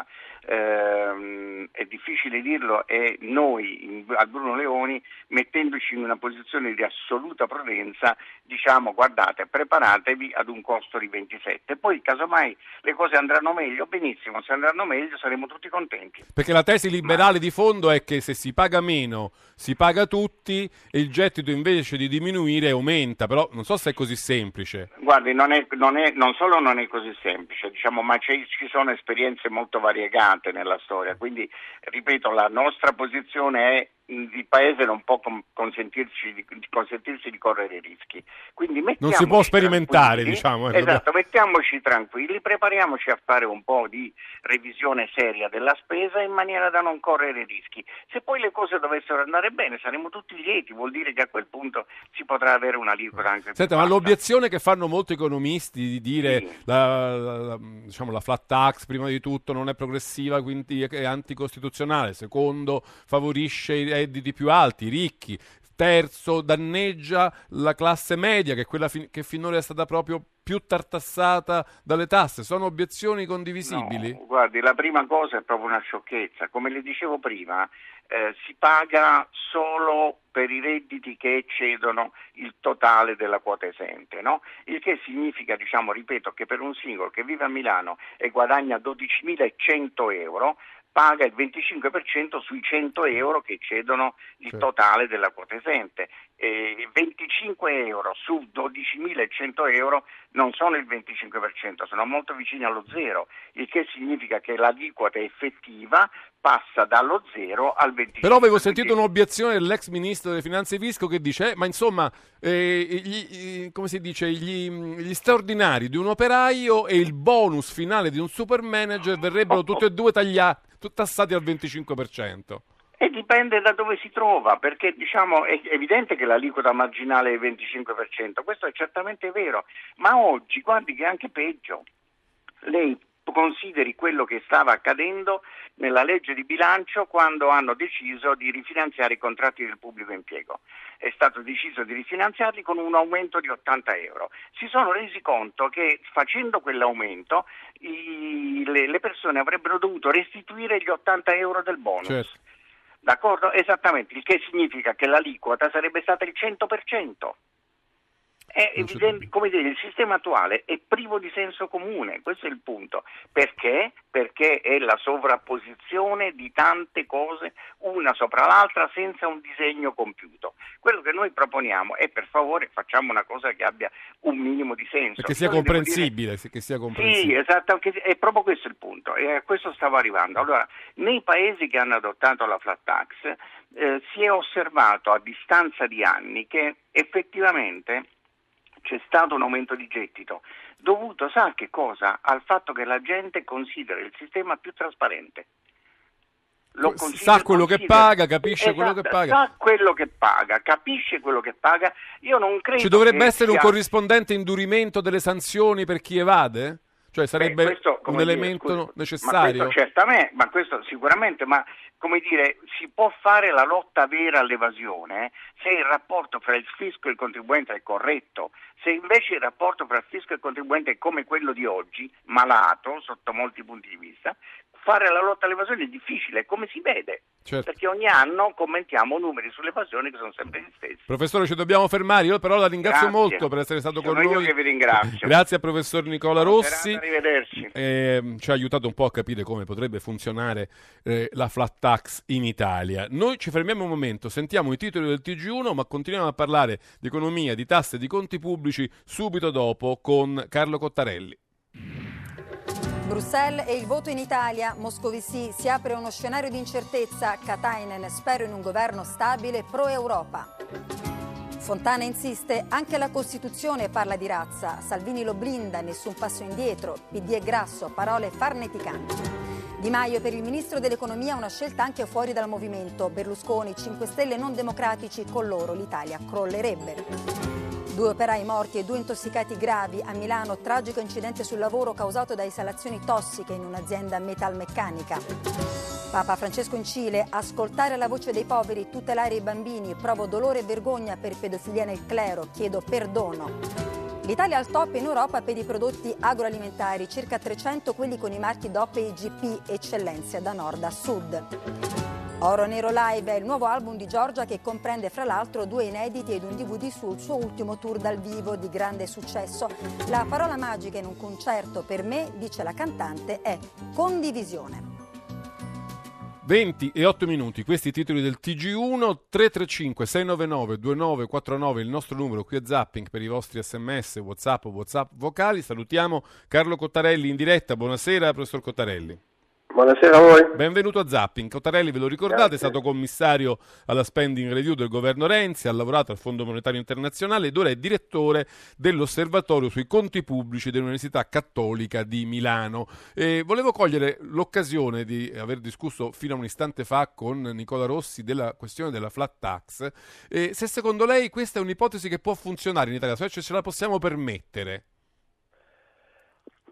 ehm, è difficile dirlo, e noi in, al Bruno Leoni, mettendoci in una posizione di assoluta prudenza, diciamo: guardate, preparatevi ad un costo di ventisette, poi casomai le cose andranno meglio, benissimo, se andranno meglio saremo tutti contenti. Perché la tesi liberale Ma... di fondo è che se si paga meno si paga tutti e il gettito invece di diminuire aumenta, però non so se è così semplice. Guardi, non, è, non, è, non solo non è così semplice, diciamo, ma ci sono esperienze molto variegate nella storia, quindi ripeto, la nostra posizione è: il paese non può consentirci di, consentirsi di correre rischi, quindi non si può sperimentare, diciamo. Eh, esatto, mettiamoci tranquilli, prepariamoci a fare un po' di revisione seria della spesa in maniera da non correre rischi. Se poi le cose dovessero andare bene saremo tutti lieti, vuol dire che a quel punto si potrà avere una aliquota anche Senta, più ma l'obiezione che fanno molti economisti di dire sì. la, la, diciamo, la flat tax prima di tutto non è progressiva, quindi è anticostituzionale, secondo favorisce i redditi più alti, i ricchi, terzo, danneggia la classe media, che è quella fin- che finora è stata proprio più tartassata dalle tasse. Sono obiezioni condivisibili? No, guardi, la prima cosa è proprio una sciocchezza. Come le dicevo prima, eh, si paga solo per i redditi che eccedono il totale della quota esente, no? Il che significa, diciamo, ripeto, che per un singolo che vive a Milano e guadagna dodicimilacento euro, paga il venticinque per cento sui cento euro che eccedono il Certo. totale della quota esente. E venticinque euro su dodicimilacento euro non sono il venticinque per cento, sono molto vicini allo zero, il che significa che l'aliquota effettiva passa dallo zero al venticinque per cento. Però avevo sentito un'obiezione dell'ex ministro delle finanze e fisco che dice, eh, ma insomma, eh, gli, gli- come si dice, gli, gli straordinari di un operaio e il bonus finale di un super manager verrebbero tutti e due tagliati, tassati al venticinque per cento. E dipende da dove si trova, perché diciamo è evidente che l'aliquota marginale è il venticinque per cento, questo è certamente vero, ma oggi guardi che è anche peggio. Lei consideri quello che stava accadendo nella legge di bilancio quando hanno deciso di rifinanziare i contratti del pubblico impiego. È stato deciso di rifinanziarli con un aumento di ottanta euro. Si sono resi conto che facendo quell'aumento i, le, le persone avrebbero dovuto restituire gli ottanta euro del bonus. Certo. D'accordo? Esattamente, il che significa che l'aliquota sarebbe stata il cento per cento. È evidente, come dire, il sistema attuale è privo di senso comune, questo è il punto. Perché? Perché è la sovrapposizione di tante cose una sopra l'altra senza un disegno compiuto. Quello che noi proponiamo è, per favore, facciamo una cosa che abbia un minimo di senso. E che sia Io le devo comprensibile, dire- che sia Sì, comprensibile. esatto, che- è proprio questo il punto, e a questo stavo arrivando. Allora, nei paesi che hanno adottato la flat tax eh, si è osservato a distanza di anni che effettivamente c'è stato un aumento di gettito dovuto, sa che cosa? Al fatto che la gente considera il sistema più trasparente. Lo Sa considera- quello che considera- paga, capisce quello che Esatto, paga. Sa quello che paga, capisce quello che paga. Io non credo Ci dovrebbe che essere un sia- corrispondente indurimento delle sanzioni per chi evade? Cioè sarebbe Beh, questo, un come dire, elemento scusi, necessario? Ma questo certamente, ma questo sicuramente, ma come dire, si può fare la lotta vera all'evasione se il rapporto fra il fisco e il contribuente è corretto. Se invece il rapporto fra il fisco e il contribuente è come quello di oggi, malato sotto molti punti di vista, fare la lotta all'evasione è difficile, come si vede. Certo. Perché ogni anno commentiamo numeri sull'evasione che sono sempre gli stessi. Professore, ci dobbiamo fermare. Io però la ringrazio Grazie. molto per essere stato Sono con io noi. che vi ringrazio. Grazie al professor Nicola Buona Rossi. serata, arrivederci. Eh, ci ha aiutato un po' a capire come potrebbe funzionare eh, la flat tax in Italia. Noi ci fermiamo un momento, sentiamo i titoli del T G uno, ma continuiamo a parlare di economia, di tasse e di conti pubblici subito dopo con Carlo Cottarelli. Bruxelles e il voto in Italia. Moscovici, si apre uno scenario di incertezza. Katainen, spero in un governo stabile pro-Europa. Fontana insiste, anche la Costituzione parla di razza. Salvini lo blinda, nessun passo indietro. P D è grasso, parole farneticanti. Di Maio, per il ministro dell'economia una scelta anche fuori dal movimento. Berlusconi, cinque Stelle non democratici, con loro l'Italia crollerebbe. Due operai morti e due intossicati gravi a Milano, tragico incidente sul lavoro causato da esalazioni tossiche in un'azienda metalmeccanica. Papa Francesco in Cile, ascoltare la voce dei poveri, tutelare i bambini, provo dolore e vergogna per pedofilia nel clero, chiedo perdono. L'Italia al top in Europa per i prodotti agroalimentari, circa trecento quelli con i marchi D O P e I G P, eccellenze da nord a sud. Oro Nero Live è il nuovo album di Giorgia che comprende fra l'altro due inediti ed un D V D sul suo ultimo tour dal vivo di grande successo. La parola magica in un concerto per me, dice la cantante, è condivisione. venti e otto minuti, questi i titoli del T G uno. Tre tre cinque sei nove nove due nove quattro nove il nostro numero qui a Zapping per i vostri sms, WhatsApp o WhatsApp vocali. Salutiamo Carlo Cottarelli in diretta. Buonasera professor Cottarelli. Buonasera a voi. Benvenuto a Zapping. Cottarelli, ve lo ricordate, Grazie. è stato commissario alla spending review del governo Renzi, ha lavorato al Fondo Monetario Internazionale ed ora è direttore dell'Osservatorio sui conti pubblici dell'Università Cattolica di Milano. E volevo cogliere l'occasione di aver discusso fino a un istante fa con Nicola Rossi della questione della flat tax. E se secondo lei questa è un'ipotesi che può funzionare in Italia, cioè ce la possiamo permettere?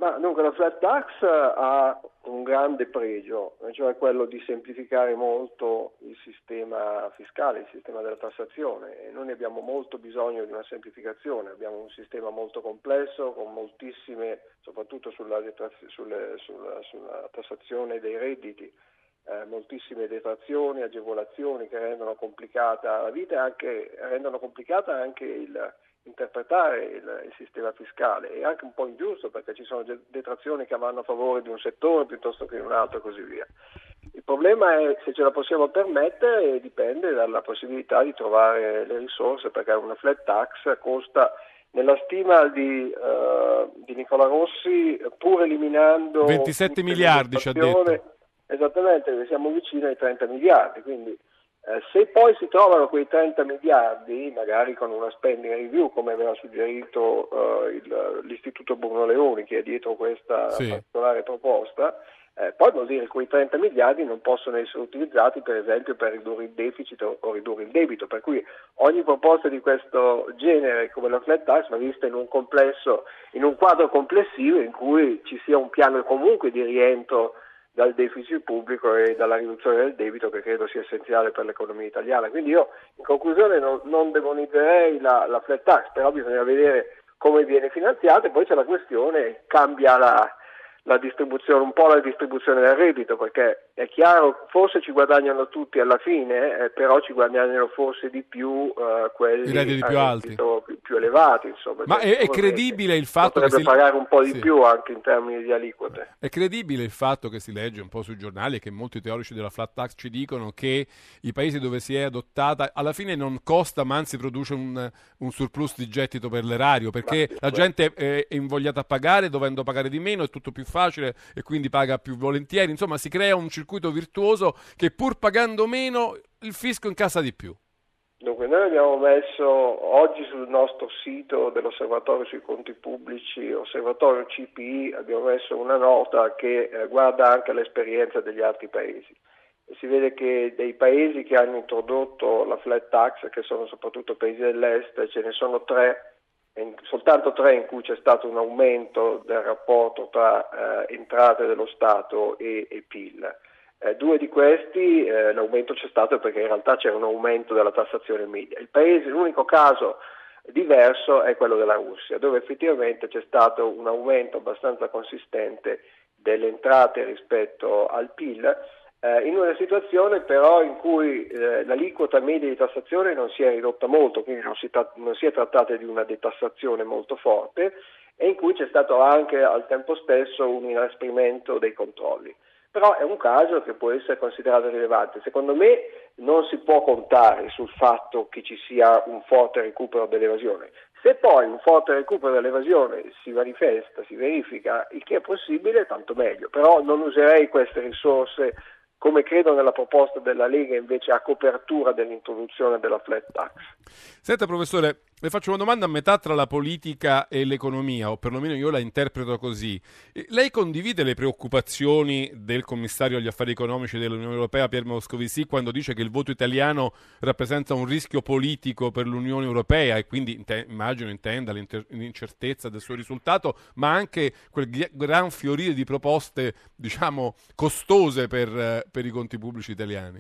Ma dunque la flat tax ha un grande pregio, cioè quello di semplificare molto il sistema fiscale, il sistema della tassazione, e noi ne abbiamo molto bisogno di una semplificazione. Abbiamo un sistema molto complesso con moltissime, soprattutto sulla, sulle, sulla, sulla tassazione dei redditi, eh, moltissime detrazioni, agevolazioni che rendono complicata la vita e anche, rendono complicata anche il interpretare il, il sistema fiscale. È anche un po' ingiusto perché ci sono detrazioni che vanno a favore di un settore piuttosto che di un altro e così via. Il problema è se ce la possiamo permettere e dipende dalla possibilità di trovare le risorse, perché una flat tax costa, nella stima di, uh, di Nicola Rossi, pur eliminando ventisette miliardi ci ha detto. Esattamente, siamo vicini ai trenta miliardi, quindi Eh, se poi si trovano quei trenta miliardi, magari con una spending review, come aveva suggerito uh, il, l'Istituto Bruno Leoni, che è dietro questa sì. particolare proposta, eh, poi vuol dire che quei trenta miliardi non possono essere utilizzati, per esempio, per ridurre il deficit o, o ridurre il debito, per cui ogni proposta di questo genere, come la flat tax, va vista in un complesso, in un quadro complessivo in cui ci sia un piano comunque di rientro dal deficit pubblico e dalla riduzione del debito, che credo sia essenziale per l'economia italiana. Quindi io in conclusione non, non demonizzerei la, la flat tax, però bisogna vedere come viene finanziata, e poi c'è la questione, cambia la, la distribuzione, un po' la distribuzione del reddito, perché è chiaro, forse ci guadagnano tutti alla fine, eh, però ci guadagnano forse di più eh, quelli i redditi più alti, più, più elevati, insomma. Ma è, è credibile il fatto che si pagare un po' di sì. più anche in termini di aliquote. È credibile il fatto che si legge un po' sui giornali e che molti teorici della flat tax ci dicono che i paesi dove si è adottata alla fine non costa, ma anzi produce un, un surplus di gettito per l'erario, perché ma, la gente è, è invogliata a pagare, dovendo pagare di meno è tutto più facile e quindi paga più volentieri. Insomma, si crea un circuito virtuoso che pur pagando meno il fisco incassa di più. Dunque, noi abbiamo messo oggi sul nostro sito dell'Osservatorio sui conti pubblici, Osservatorio C P I, abbiamo messo una nota che eh, guarda anche l'esperienza degli altri paesi. E si vede che dei paesi che hanno introdotto la flat tax, che sono soprattutto paesi dell'est, ce ne sono tre, soltanto tre in cui c'è stato un aumento del rapporto tra eh, entrate dello Stato e, e P I L. Eh, due di questi eh, l'aumento c'è stato perché in realtà c'era un aumento della tassazione media. Il paese, l'unico caso diverso è quello della Russia, dove effettivamente c'è stato un aumento abbastanza consistente delle entrate rispetto al P I L, eh, in una situazione però in cui eh, l'aliquota media di tassazione non si è ridotta molto, quindi non si, tra- non si è trattato di una detassazione molto forte, e in cui c'è stato anche al tempo stesso un inasprimento dei controlli. Però è un caso che può essere considerato rilevante. Secondo me non si può contare sul fatto che ci sia un forte recupero dell'evasione. Se poi un forte recupero dell'evasione si manifesta, si verifica, il che è possibile, tanto meglio. Però non userei queste risorse, come credo nella proposta della Lega, invece a copertura dell'introduzione della flat tax. Senta professore, le faccio una domanda a metà tra la politica e l'economia, o perlomeno io la interpreto così. Lei condivide le preoccupazioni del commissario agli affari economici dell'Unione Europea, Pierre Moscovici, quando dice che il voto italiano rappresenta un rischio politico per l'Unione Europea e quindi inte- immagino intenda l'incertezza del suo risultato, ma anche quel gran fiorire di proposte, diciamo, costose per, per i conti pubblici italiani?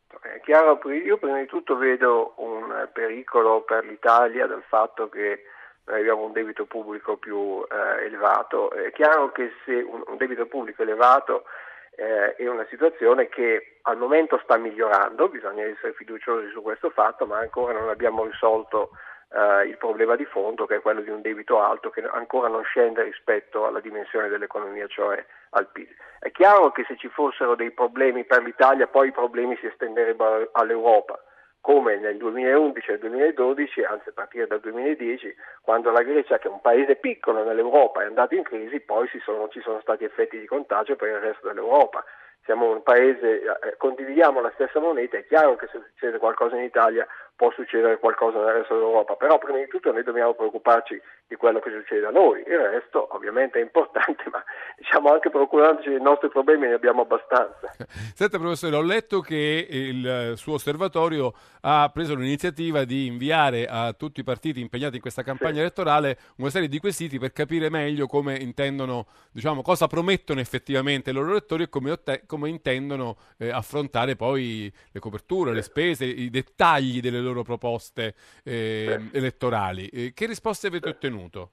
È chiaro, io prima di tutto vedo un pericolo per l'Italia dal fatto che noi abbiamo un debito pubblico più eh, elevato. È chiaro che se un, un debito pubblico elevato eh, è una situazione che al momento sta migliorando, bisogna essere fiduciosi su questo fatto, ma ancora non abbiamo risolto Uh, il problema di fondo, che è quello di un debito alto che ancora non scende rispetto alla dimensione dell'economia, cioè al P I L. È chiaro che se ci fossero dei problemi per l'Italia, poi i problemi si estenderebbero all'Europa, come nel duemilaundici e nel duemiladodici, anzi a partire dal duemiladieci, quando la Grecia, che è un paese piccolo nell'Europa, è andata in crisi, poi si sono, ci sono stati effetti di contagio per il resto dell'Europa. Siamo un paese, eh, condividiamo la stessa moneta, è chiaro che se succede qualcosa in Italia può succedere qualcosa nel resto dell'Europa, però prima di tutto noi dobbiamo preoccuparci di quello che succede da noi, il resto ovviamente è importante, ma diciamo anche procurandoci dei nostri problemi ne abbiamo abbastanza. Senta professore, ho letto che il suo osservatorio ha preso l'iniziativa di inviare a tutti i partiti impegnati in questa campagna sì. elettorale una serie di quesiti per capire meglio come intendono, diciamo, cosa promettono effettivamente i loro elettori e come, otte- come intendono eh, affrontare poi le coperture, sì. le spese, i dettagli delle loro proposte eh, sì. elettorali. Eh, che risposte avete sì. ottenuto?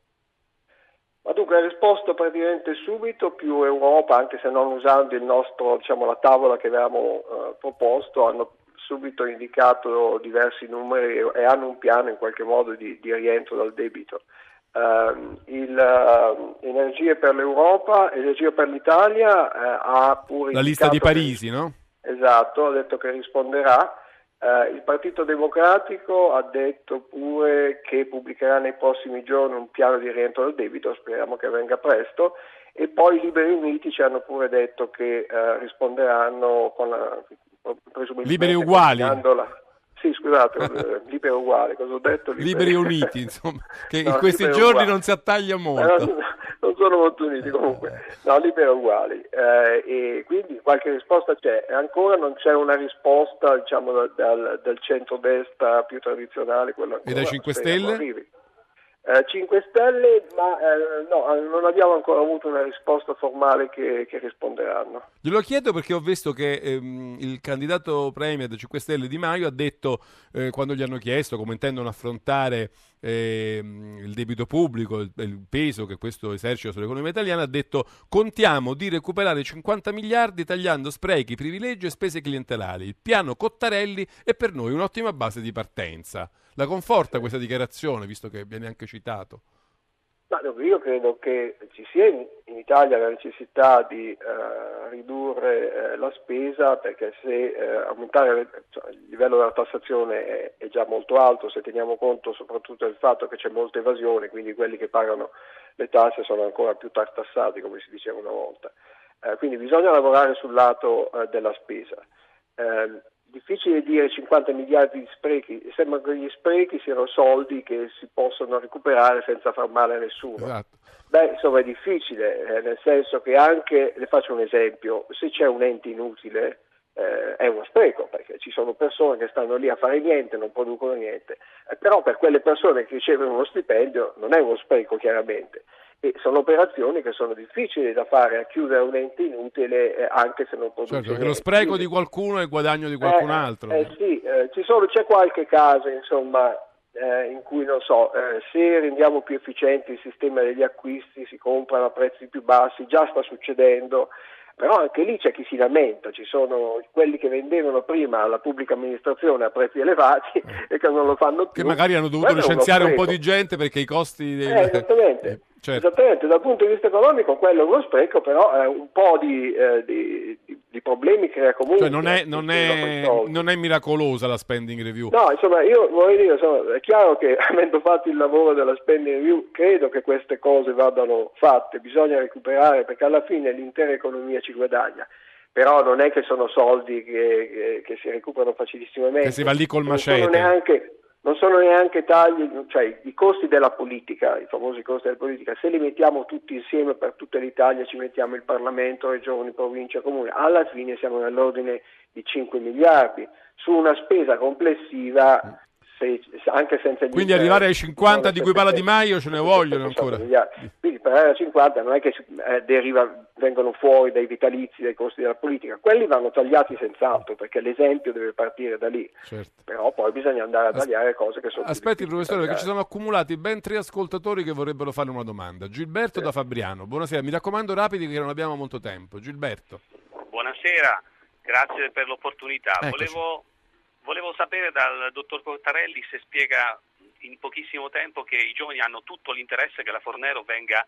Ma dunque, ha risposto praticamente subito, più Europa, anche se non usando il nostro, diciamo, la tavola che avevamo uh, proposto, hanno subito indicato diversi numeri e, e hanno un piano in qualche modo di, di rientro dal debito. Uh, il uh, Energie per l'Europa, Energie per l'Italia uh, ha pure la lista di Parisi, che, no? Esatto, ha detto che risponderà. Uh, il Partito Democratico ha detto pure che pubblicherà nei prossimi giorni un piano di rientro dal debito, speriamo che venga presto, e poi i Liberi Uniti ci hanno pure detto che uh, risponderanno con la, presumibilmente Liberi Uguali. La... Sì, scusate, Liberi Uguali, cosa ho detto? Liberi, liberi Uniti, insomma, che no, in questi giorni uguali. Non si attaglia molto. Eh, non, non sono molto uniti comunque, no, Liberi Uguali, eh, e quindi qualche risposta c'è, ancora non c'è una risposta, diciamo, dal, dal, dal centrodestra più tradizionale, quello ancora, e dai cinque Stelle? Arrivi. Eh, cinque Stelle, ma eh, no, non abbiamo ancora avuto una risposta formale che, che risponderanno. Glielo chiedo perché ho visto che ehm, il candidato premier dei cinque Stelle Di Maio ha detto, eh, quando gli hanno chiesto come intendono affrontare ehm, il debito pubblico, il, il peso che questo esercita sull'economia italiana, ha detto: contiamo di recuperare cinquanta miliardi tagliando sprechi, privilegi e spese clientelari. Il piano Cottarelli è per noi un'ottima base di partenza. La conforta questa dichiarazione, visto che viene anche citato? Ma io credo che ci sia in, in Italia la necessità di eh, ridurre eh, la spesa, perché se eh, aumentare cioè, il livello della tassazione è, è già molto alto, se teniamo conto soprattutto del fatto che c'è molta evasione, quindi quelli che pagano le tasse sono ancora più tartassati, come si diceva una volta. Eh, quindi bisogna lavorare sul lato eh, della spesa. Eh, Difficile dire cinquanta miliardi di sprechi, sembra che gli sprechi siano soldi che si possono recuperare senza far male a nessuno. Esatto. Beh, insomma è difficile, eh, nel senso che anche, le faccio un esempio, se c'è un ente inutile eh, è uno spreco, perché ci sono persone che stanno lì a fare niente, non producono niente, eh, però per quelle persone che ricevono uno stipendio non è uno spreco chiaramente. E sono operazioni che sono difficili da fare, a chiudere un ente inutile eh, anche se non produce certo, niente. Lo spreco di qualcuno è il guadagno di qualcun eh, altro. Eh, sì, eh, ci sono, c'è qualche caso insomma eh, in cui non so, eh, se rendiamo più efficiente il sistema degli acquisti, si comprano a prezzi più bassi, già sta succedendo. Però anche lì c'è chi si lamenta, ci sono quelli che vendevano prima alla pubblica amministrazione a prezzi elevati e che non lo fanno più. Che magari hanno dovuto quello licenziare un po' di gente perché i costi... Dei... Eh, esattamente. Eh, certo. Esattamente, dal punto di vista economico quello è uno spreco, però eh, un po' di, eh, di, di, di problemi crea comunque. Cioè non è, non, è, non è miracolosa la spending review. No, insomma, io vorrei dire, insomma, è chiaro che avendo fatto il lavoro della spending review, credo che queste cose vadano fatte, bisogna recuperare perché alla fine l'intera economia ci guadagna. Però non è che sono soldi che, che, che si recuperano facilissimamente. Che si va lì col macete. Non sono neanche... Non sono neanche tagli, cioè i costi della politica, i famosi costi della politica, se li mettiamo tutti insieme per tutta l'Italia, ci mettiamo il Parlamento, regioni, province, comuni, alla fine siamo nell'ordine di cinque miliardi, su una spesa complessiva, se, anche senza gli quindi arrivare ai cinquanta di cui parla Di Maio ce ne vogliono ancora. Quindi per arrivare ai cinquanta non è che eh, deriva, vengono fuori dai vitalizi, dai costi della politica, quelli vanno tagliati senz'altro perché l'esempio deve partire da lì, certo. Però poi bisogna andare a tagliare As- cose che sono aspetti professore, perché ci sono accumulati ben tre ascoltatori che vorrebbero fare una domanda. Gilberto sì. Da Fabriano, buonasera, mi raccomando rapidi perché non abbiamo molto tempo. Gilberto. Buonasera, grazie per l'opportunità. Volevo, volevo sapere dal dottor Cottarelli se spiega in pochissimo tempo che i giovani hanno tutto l'interesse che la Fornero venga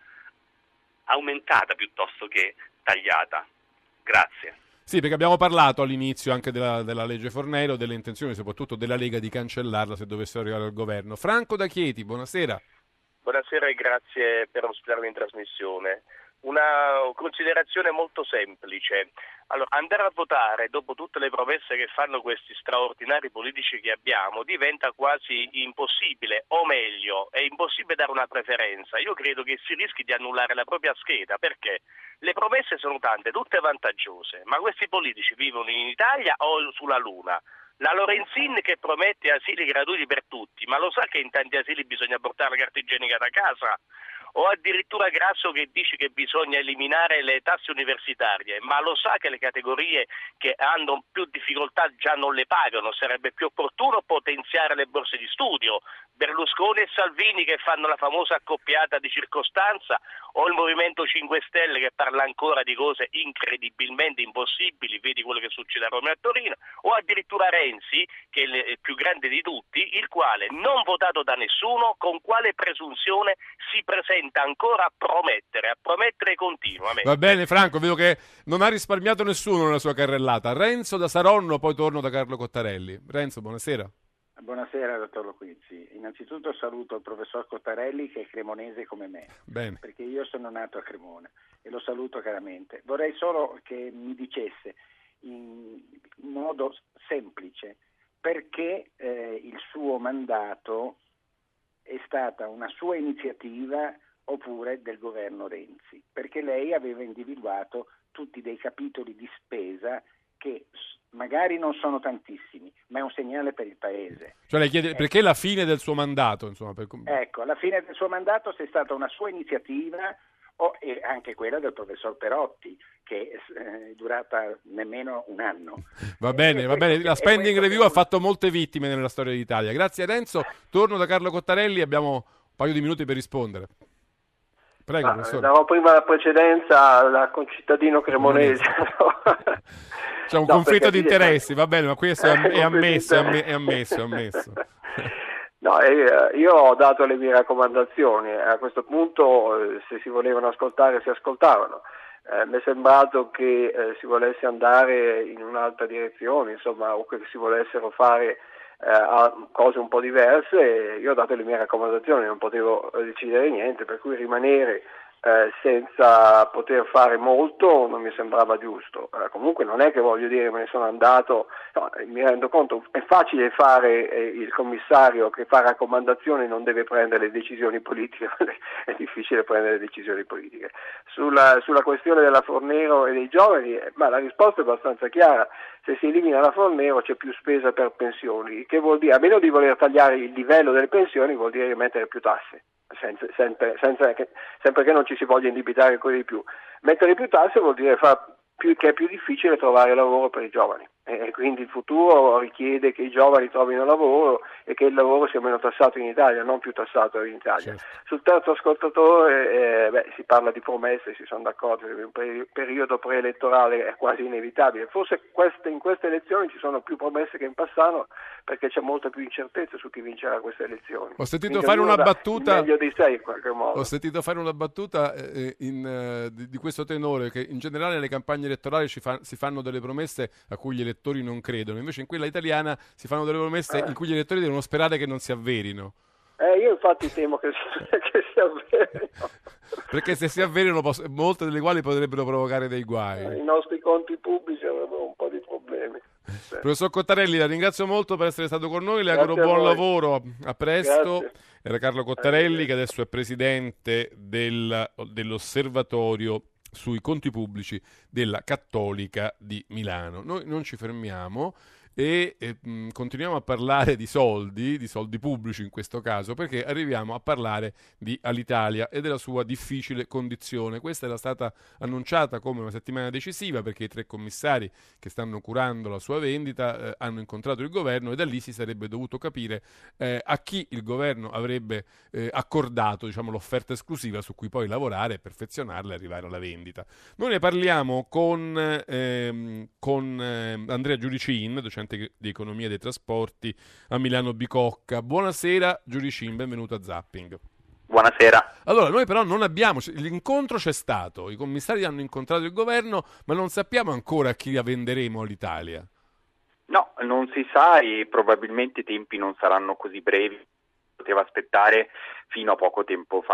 aumentata piuttosto che tagliata. Grazie. Sì, perché abbiamo parlato all'inizio anche della, della legge Fornero, delle intenzioni soprattutto della Lega di cancellarla se dovesse arrivare al governo. Franco da Chieti, buonasera. Buonasera e grazie per ospitarmi in trasmissione. una considerazione molto semplice. Allora, andare a votare dopo tutte le promesse che fanno questi straordinari politici che abbiamo diventa quasi impossibile, o meglio, è impossibile dare una preferenza. Io credo che si rischi di annullare la propria scheda, perché le promesse sono tante, tutte vantaggiose, ma questi politici vivono in Italia o sulla Luna? La Lorenzin che promette asili gratuiti per tutti, ma lo sa che in tanti asili bisogna portare la carta igienica da casa? O addirittura Grasso che dice che bisogna eliminare le tasse universitarie, ma lo sa che le categorie che hanno più difficoltà già non le pagano, sarebbe più opportuno potenziare le borse di studio. Berlusconi e Salvini che fanno la famosa accoppiata di circostanza, o il Movimento cinque Stelle che parla ancora di cose incredibilmente impossibili, vedi quello che succede a Roma e a Torino, o addirittura Renzi, che è il più grande di tutti, il quale, non votato da nessuno, con quale presunzione si presenta ancora a promettere, a promettere continuamente. Va bene Franco, vedo che non ha risparmiato nessuno nella sua carrellata. Renzo da Saronno, poi torno da Carlo Cottarelli. Renzo, buonasera. Buonasera dottor Loquizzi. Innanzitutto saluto il professor Cottarelli che è cremonese come me. Bene. Perché io sono nato a Cremona e lo saluto caramente. Vorrei solo che mi dicesse in modo semplice perché eh, il suo mandato è stata una sua iniziativa oppure del governo Renzi, perché lei aveva individuato tutti dei capitoli di spesa che magari non sono tantissimi, ma è un segnale per il Paese. Cioè lei chiede ecco. perché la fine del suo mandato, insomma. Per... Ecco, alla fine del suo mandato c'è stata una sua iniziativa o, e anche quella del professor Perotti, che è durata nemmeno un anno. Va bene, e va bene. La spending review che... ha fatto molte vittime nella storia d'Italia. Grazie Renzo, torno da Carlo Cottarelli, abbiamo un paio di minuti per rispondere. Prego, professore. Davo prima la precedenza al concittadino cremonese. C'è un no, conflitto di dire... interessi, va bene, ma questo è, è ammesso, è ammesso, è ammesso, è ammesso. No, eh, io ho dato le mie raccomandazioni, a questo punto eh, se si volevano ascoltare si ascoltavano. Eh, mi è sembrato che eh, si volesse andare in un'altra direzione, insomma, o che si volessero fare eh, cose un po' diverse. Io ho dato le mie raccomandazioni, non potevo decidere niente, per cui rimanere eh, senza poter fare molto non mi sembrava giusto. Eh, comunque non è che voglio dire me ne sono andato, no, mi rendo conto, è facile fare eh, il commissario che fa raccomandazioni, non deve prendere le decisioni politiche, è difficile prendere le decisioni politiche. Sulla, sulla questione della Fornero e dei giovani, eh, ma la risposta è abbastanza chiara: se si elimina la Fornero c'è più spesa per pensioni, che vuol dire, a meno di voler tagliare il livello delle pensioni, vuol dire mettere più tasse. Senza, sempre, senza che, sempre che non ci si voglia indebitare ancora di più. Mettere più tasse vuol dire far più, che è più difficile trovare lavoro per i giovani, e quindi il futuro richiede che i giovani trovino lavoro e che il lavoro sia meno tassato in Italia, non più tassato in Italia. Certo. Sul terzo ascoltatore eh, beh, si parla di promesse, si sono d'accordo che un peri- periodo preelettorale è quasi inevitabile. Forse queste, in queste elezioni ci sono più promesse che in passato, perché c'è molta più incertezza su chi vincerà queste elezioni. Ho sentito Quindi fare una battuta meglio di sé in qualche modo. Ho sentito fare una battuta eh, in, eh, di, di questo tenore, che in generale nelle campagne elettorali ci fa, si fanno delle promesse a cui gli elettori non credono, invece in quella italiana si fanno delle promesse eh. in cui gli elettori devono sperare che non si avverino. Eh, io infatti temo che, che si avverino. Perché se si avverino, molte delle quali potrebbero provocare dei guai. I nostri conti pubblici avrebbero un po' di problemi. Sì. Professor Cottarelli, la ringrazio molto per essere stato con noi, le Grazie auguro buon voi. lavoro, a presto. Grazie. Era Carlo Cottarelli, che adesso è presidente del, dell'osservatorio sui conti pubblici della Cattolica di Milano. Noi non ci fermiamo e eh, mh, continuiamo a parlare di soldi, di soldi pubblici in questo caso, perché arriviamo a parlare di Alitalia e della sua difficile condizione. Questa era stata annunciata come una settimana decisiva, perché i tre commissari che stanno curando la sua vendita eh, hanno incontrato il governo, e da lì si sarebbe dovuto capire eh, a chi il governo avrebbe eh, accordato, diciamo, l'offerta esclusiva su cui poi lavorare, perfezionarla e arrivare alla vendita. Noi ne parliamo con, ehm, con eh, Andrea Giuricin, docente di economia dei trasporti a Milano Bicocca. Buonasera Giuricin, benvenuto a Zapping. Buonasera. Allora, noi però non abbiamo, l'incontro c'è stato, i commissari hanno incontrato il governo, ma non sappiamo ancora a chi la venderemo all'Italia. No, non si sa, e probabilmente i tempi non saranno così brevi, poteva aspettare fino a poco tempo fa.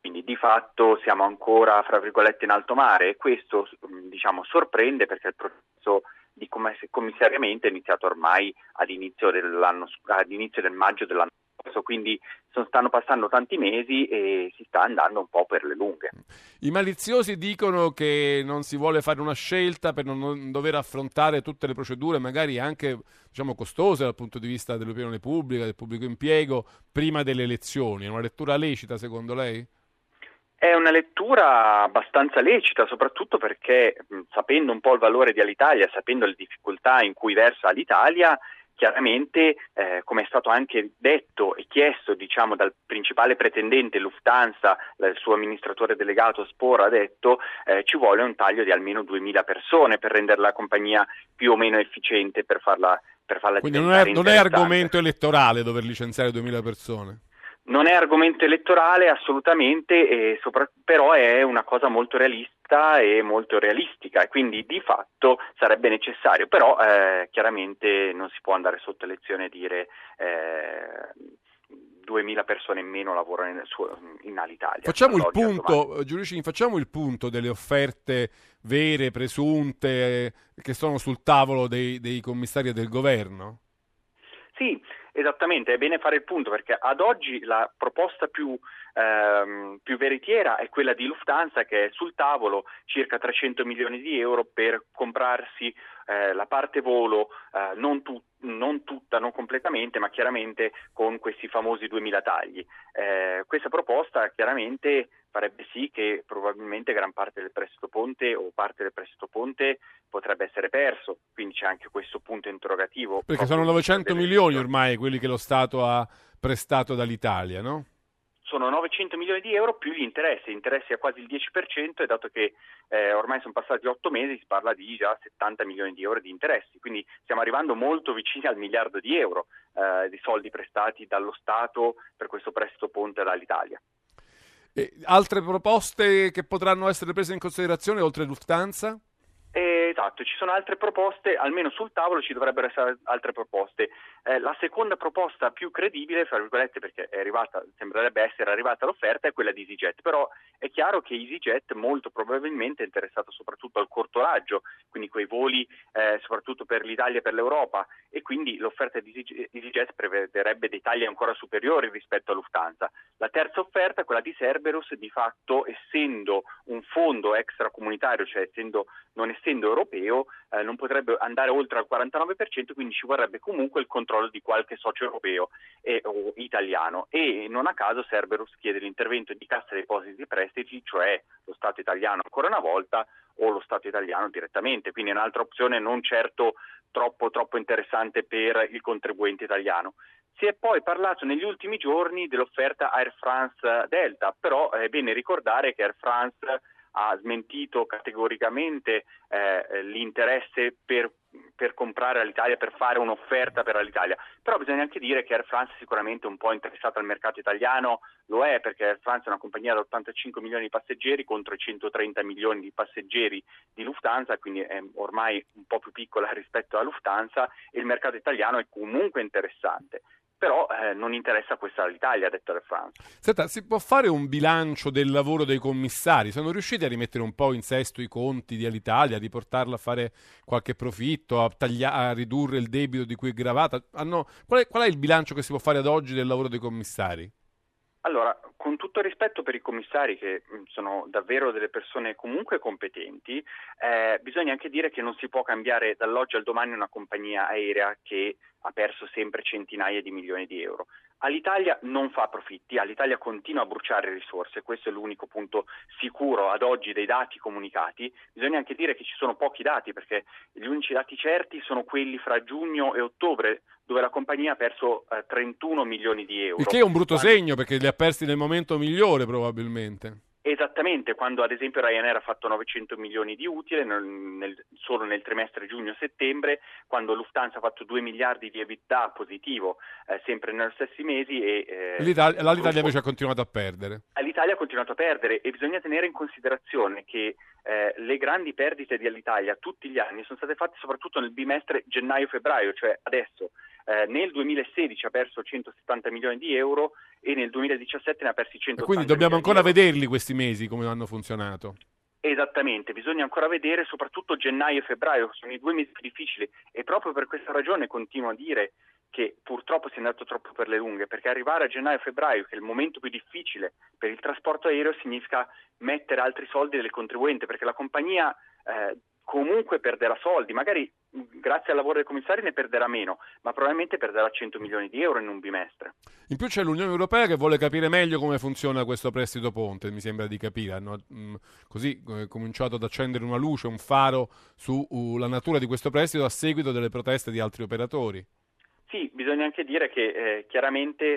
quindi di fatto siamo ancora, fra virgolette, in alto mare, e questo diciamo sorprende perché il processo di commissariamento è iniziato ormai ad inizio dell'anno, ad inizio del maggio dell'anno scorso, quindi sono, stanno passando tanti mesi e si sta andando un po' per le lunghe. I maliziosi dicono che non si vuole fare una scelta per non dover affrontare tutte le procedure, magari anche diciamo costose dal punto di vista dell'opinione pubblica, del pubblico impiego, prima delle elezioni. È una lettura lecita secondo lei? È una lettura abbastanza lecita, soprattutto perché mh, sapendo un po' il valore di Alitalia, sapendo le difficoltà in cui versa l'Italia, chiaramente, eh, come è stato anche detto e chiesto diciamo dal principale pretendente Lufthansa, il suo amministratore delegato Spohr ha detto, eh, ci vuole un taglio di almeno duemila persone per rendere la compagnia più o meno efficiente, per farla, per farla Quindi non diventare è, non è argomento elettorale dover licenziare duemila persone? Non è argomento elettorale assolutamente, e sopra, però è una cosa molto realista e molto realistica, e quindi di fatto sarebbe necessario, però eh, chiaramente non si può andare sotto elezione e dire eh, duemila persone in meno lavorano in, su, in Alitalia. Facciamo il punto, Giuricini, facciamo il punto delle offerte vere, presunte, eh, che sono sul tavolo dei, dei commissari e del governo? Sì, esattamente, è bene fare il punto perché ad oggi la proposta più, ehm, più veritiera è quella di Lufthansa, che è sul tavolo circa trecento milioni di euro per comprarsi eh, la parte volo, eh, non, tu, non tutta, non completamente, ma chiaramente con questi famosi duemila tagli. Eh, questa proposta chiaramente farebbe sì che probabilmente gran parte del prestito ponte o parte del prestito ponte potrebbe essere perso, quindi c'è anche questo punto interrogativo. Perché sono novecento milioni ormai quelli che lo Stato ha prestato dall'Italia, no? Sono novecento milioni di euro più gli interessi, interessi a quasi il dieci per cento, e dato che eh, ormai sono passati otto mesi si parla di già settanta milioni di euro di interessi, quindi stiamo arrivando molto vicini al miliardo di euro eh, di soldi prestati dallo Stato per questo prestito ponte dall'Italia. E altre proposte che potranno essere prese in considerazione oltre Lufthansa? Eh, esatto, ci sono altre proposte, almeno sul tavolo ci dovrebbero essere altre proposte. Eh, la seconda proposta più credibile, fra virgolette, perché è arrivata, sembrerebbe essere arrivata l'offerta, è quella di EasyJet, però è chiaro che EasyJet molto probabilmente è interessato soprattutto al corto raggio, quindi quei voli eh, soprattutto per l'Italia e per l'Europa, e quindi l'offerta di EasyJet prevederebbe dei tagli ancora superiori rispetto a Lufthansa. La terza offerta, quella di Cerberus, di fatto essendo un fondo extracomunitario, cioè essendo non essendo europeo, eh, non potrebbe andare oltre al quarantanove per cento, quindi ci vorrebbe comunque il controllo di qualche socio europeo e, o italiano, e non a caso Cerberus chiede l'intervento di Cassa Depositi e Prestiti, cioè lo Stato italiano ancora una volta o lo Stato italiano direttamente, quindi è un'altra opzione non certo troppo, troppo interessante per il contribuente italiano. Si è poi parlato negli ultimi giorni dell'offerta Air France Delta, però è bene ricordare che Air France ha smentito categoricamente eh, l'interesse per, per comprare all'Italia, per fare un'offerta per l'Italia. Però bisogna anche dire che Air France è sicuramente un po' interessata al mercato italiano, lo è perché Air France è una compagnia da ottantacinque milioni di passeggeri contro i centotrenta milioni di passeggeri di Lufthansa, quindi è ormai un po' più piccola rispetto a Lufthansa, e il mercato italiano è comunque interessante. Però eh, non interessa questa all'Italia, ha detto Air France. Senta, si può fare un bilancio del lavoro dei commissari? Sono riusciti a rimettere un po' in sesto i conti di Alitalia, a riportarla a fare qualche profitto, a, taglia- a ridurre il debito di cui è gravata? Hanno... Qual è, qual è il bilancio che si può fare ad oggi del lavoro dei commissari? Allora, con tutto il rispetto per i commissari, che sono davvero delle persone comunque competenti, eh, bisogna anche dire che non si può cambiare dall'oggi al domani una compagnia aerea che ha perso sempre centinaia di milioni di euro. Alitalia non fa profitti, Alitalia continua a bruciare risorse, questo è l'unico punto sicuro ad oggi dei dati comunicati. Bisogna anche dire che ci sono pochi dati, perché gli unici dati certi sono quelli fra giugno e ottobre, dove la compagnia ha perso eh, trentuno milioni di euro. Il che è un brutto quando... segno, perché li ha persi nel momento migliore probabilmente. Esattamente, quando ad esempio Ryanair ha fatto novecento milioni di utile nel, nel, solo nel trimestre giugno-settembre, quando Lufthansa ha fatto due miliardi di EBITDA positivo eh, sempre negli stessi mesi, e eh, l'Italia, l'Italia gruppo... invece ha continuato a perdere. L'Italia ha continuato a perdere, e bisogna tenere in considerazione che eh, le grandi perdite di Alitalia tutti gli anni sono state fatte soprattutto nel bimestre gennaio-febbraio, cioè adesso. eh, nel duemilasedici ha perso centosettanta milioni di euro e nel duemiladiciassette ne ha persi centottanta. E quindi dobbiamo ancora di euro. vederli questi mesi, come hanno funzionato. Esattamente, bisogna ancora vedere soprattutto gennaio e febbraio, sono i due mesi più difficili e proprio per questa ragione continuo a dire che purtroppo si è andato troppo per le lunghe, perché arrivare a gennaio e febbraio, che è il momento più difficile per il trasporto aereo, significa mettere altri soldi del contribuente, perché la compagnia eh, comunque perderà soldi, magari grazie al lavoro dei commissari ne perderà meno, ma probabilmente perderà cento milioni di euro in un bimestre. In più c'è l'Unione Europea che vuole capire meglio come funziona questo prestito ponte, mi sembra di capire, hanno mh, così eh, cominciato ad accendere una luce, un faro sulla uh, natura di questo prestito a seguito delle proteste di altri operatori. Sì, bisogna anche dire che eh, chiaramente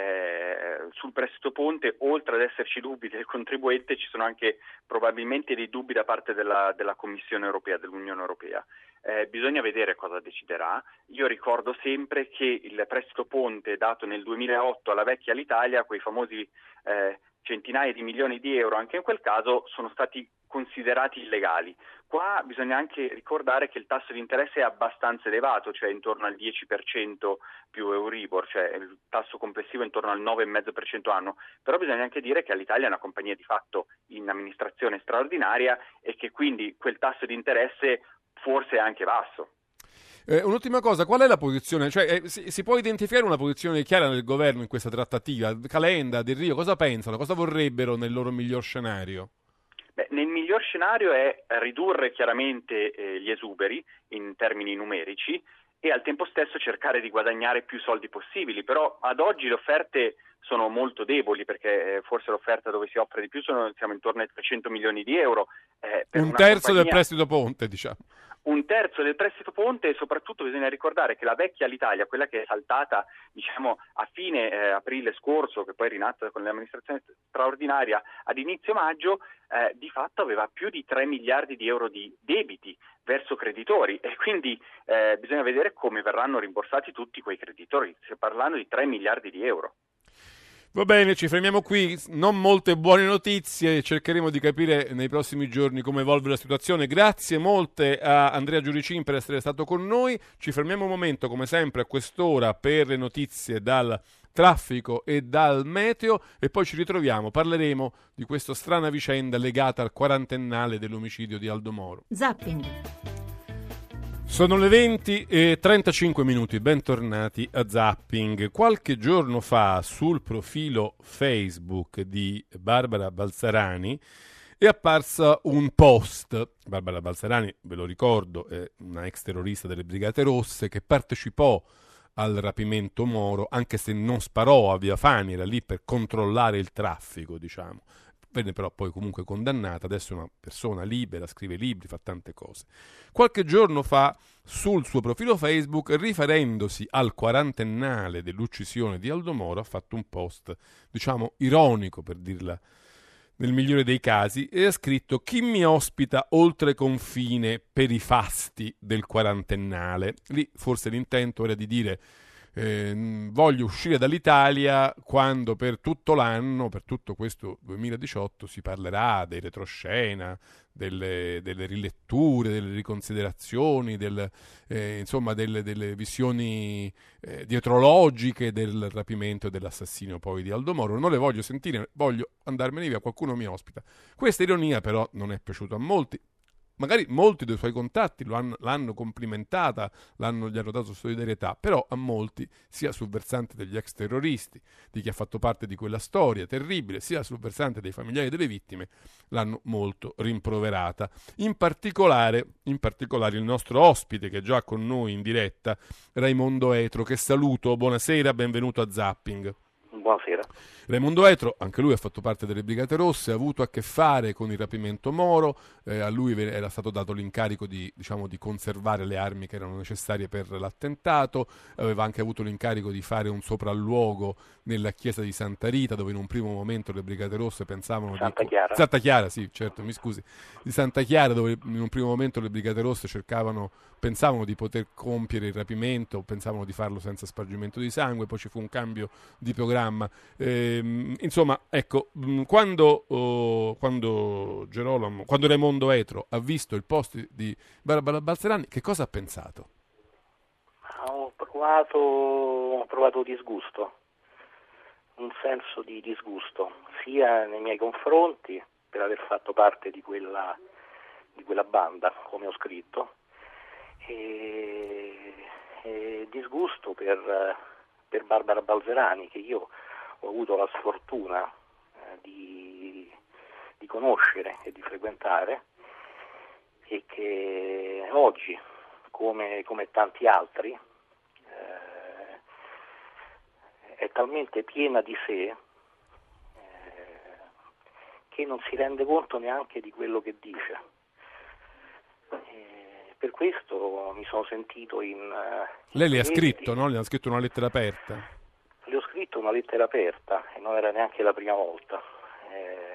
eh, sul prestito ponte, oltre ad esserci dubbi del contribuente, ci sono anche probabilmente dei dubbi da parte della, della Commissione Europea, dell'Unione Europea. Eh, bisogna vedere cosa deciderà. Io ricordo sempre che il prestito ponte dato nel duemilaotto alla vecchia Alitalia, quei famosi eh, centinaia di milioni di euro, anche in quel caso sono stati considerati illegali. Qua bisogna anche ricordare che il tasso di interesse è abbastanza elevato, cioè intorno al dieci per cento più Euribor, cioè il tasso complessivo è intorno al nove virgola cinque per cento anno, però bisogna anche dire che Alitalia è una compagnia di fatto in amministrazione straordinaria e che quindi quel tasso di interesse forse è anche basso. Eh, un'ultima cosa, qual è la posizione? Cioè, eh, si, si può identificare una posizione chiara del governo in questa trattativa? Calenda, Del Rio, cosa pensano? Cosa vorrebbero nel loro miglior scenario? Beh, nel miglior scenario è ridurre chiaramente eh, gli esuberi in termini numerici e al tempo stesso cercare di guadagnare più soldi possibili, però ad oggi le offerte sono molto deboli perché eh, forse l'offerta dove si offre di più sono, siamo intorno ai trecento milioni di euro. Eh, per Un una terzo compagnia... del prestito ponte, diciamo. Un terzo del prestito ponte e soprattutto bisogna ricordare che la vecchia Alitalia, quella che è saltata diciamo a fine eh, aprile scorso, che poi è rinata con l'amministrazione straordinaria ad inizio maggio, eh, di fatto aveva più di tre miliardi di euro di debiti verso creditori e quindi eh, bisogna vedere come verranno rimborsati tutti quei creditori. Stiamo parlando di tre miliardi di euro. Va bene, ci fermiamo qui, non molte buone notizie, cercheremo di capire nei prossimi giorni come evolve la situazione. Grazie molte a Andrea Giuricin per essere stato con noi, ci fermiamo un momento come sempre a quest'ora per le notizie dal traffico e dal meteo e poi ci ritroviamo, parleremo di questa strana vicenda legata al quarantennale dell'omicidio di Aldo Moro. Zapping. Sono le venti e trentacinque minuti, bentornati a Zapping. Qualche giorno fa sul profilo Facebook di Barbara Balzarani è apparsa un post. Barbara Balzarani, ve lo ricordo, è una ex terrorista delle Brigate Rosse che partecipò al rapimento Moro, anche se non sparò a Via Fani, era lì per controllare il traffico, diciamo. Venne però poi comunque condannata, adesso è una persona libera, scrive libri, fa tante cose. Qualche giorno fa sul suo profilo Facebook, riferendosi al quarantennale dell'uccisione di Aldo Moro, ha fatto un post, diciamo, ironico per dirla nel migliore dei casi, e ha scritto: chi mi ospita oltre confine per i fasti del quarantennale? Lì forse l'intento era di dire Eh, voglio uscire dall'Italia quando per tutto l'anno, per tutto questo duemiladiciotto, si parlerà dei retroscena, delle, delle riletture, delle riconsiderazioni, del, eh, insomma delle, delle visioni eh, dietrologiche del rapimento e dell'assassinio poi di Aldo Moro. Non le voglio sentire, voglio andarmene via, qualcuno mi ospita. Questa ironia però non è piaciuta a molti. Magari molti dei suoi contatti lo hanno, l'hanno complimentata, l'hanno, gli hanno dato solidarietà, però a molti, sia sul versante degli ex terroristi, di chi ha fatto parte di quella storia terribile, sia sul versante dei familiari delle vittime, l'hanno molto rimproverata. In particolare, in particolare il nostro ospite, che è già con noi in diretta, Raimondo Etro, che saluto, buonasera, benvenuto a Zapping. Buonasera. Raimondo Etro, anche lui ha fatto parte delle Brigate Rosse, ha avuto a che fare con il rapimento Moro, eh, a lui era stato dato l'incarico di, diciamo, di conservare le armi che erano necessarie per l'attentato, aveva anche avuto l'incarico di fare un sopralluogo nella chiesa di Santa Rita, dove in un primo momento le Brigate Rosse pensavano Santa di... Chiara. Santa Chiara, sì, certo, mi scusi. Di Santa Chiara, dove in un primo momento le Brigate Rosse cercavano, pensavano di poter compiere il rapimento, pensavano di farlo senza spargimento di sangue, poi ci fu un cambio di programma. Eh, insomma, ecco, quando, oh, quando Gerolamo, quando Raimondo Etro ha visto il post di Barbara Balzarani, che cosa ha pensato? ho provato, ho provato disgusto, un senso di disgusto, sia nei miei confronti per aver fatto parte di quella, di quella banda, come ho scritto, e, e disgusto per, per Barbara Balzerani, che io ho avuto la sfortuna eh, di, di conoscere e di frequentare, e che oggi, come, come tanti altri, eh, è talmente piena di sé eh, che non si rende conto neanche di quello che dice. E per questo mi sono sentito in... in Lei le ha questi... scritto, no? Le ha scritto una lettera aperta. Le ho scritto una lettera aperta e non era neanche la prima volta. Eh,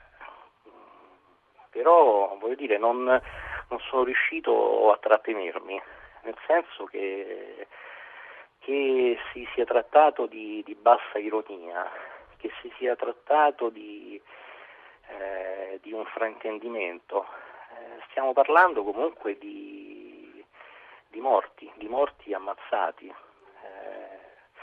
però, voglio dire, non, non sono riuscito a trattenermi, nel senso che, che si sia trattato di, di bassa ironia, che si sia trattato di, eh, di un fraintendimento. Eh, stiamo parlando comunque di, di morti, di morti ammazzati. Eh,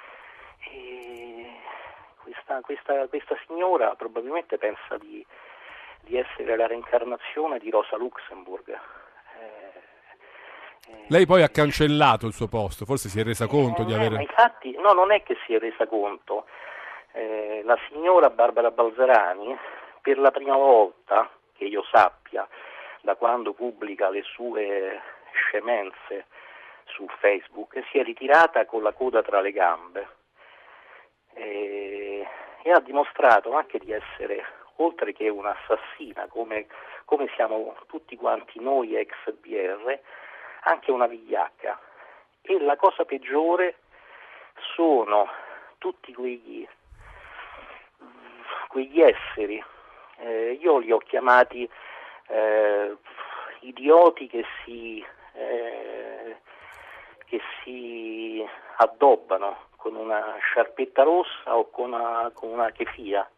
e questa, questa, questa signora probabilmente pensa di di essere la reincarnazione di Rosa Luxemburg. Eh, eh, Lei poi ha cancellato il suo posto, forse si è resa conto eh, di eh, avere... Ma infatti, no, non è che si è resa conto. Eh, la signora Barbara Balzerani, per la prima volta, che io sappia, da quando pubblica le sue scemenze su Facebook, si è ritirata con la coda tra le gambe eh, e ha dimostrato anche di essere, oltre che un'assassina, come, come siamo tutti quanti noi ex B R, anche una vigliacca. E la cosa peggiore sono tutti quegli, quegli esseri, eh, io li ho chiamati eh, idioti che si, eh, che si addobbano con una sciarpetta rossa o con una, con una kefia.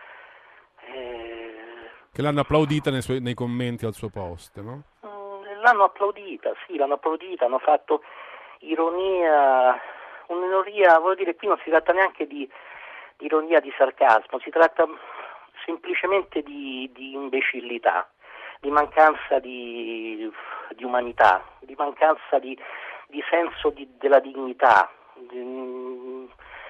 Che l'hanno applaudita nei, suoi, nei commenti al suo post, no? L'hanno applaudita, sì, l'hanno applaudita, hanno fatto ironia, un'ironia, voglio dire, qui non si tratta neanche di, di ironia, di sarcasmo, si tratta semplicemente di, di imbecillità, di mancanza di, di umanità, di mancanza di, di senso di, della dignità, di,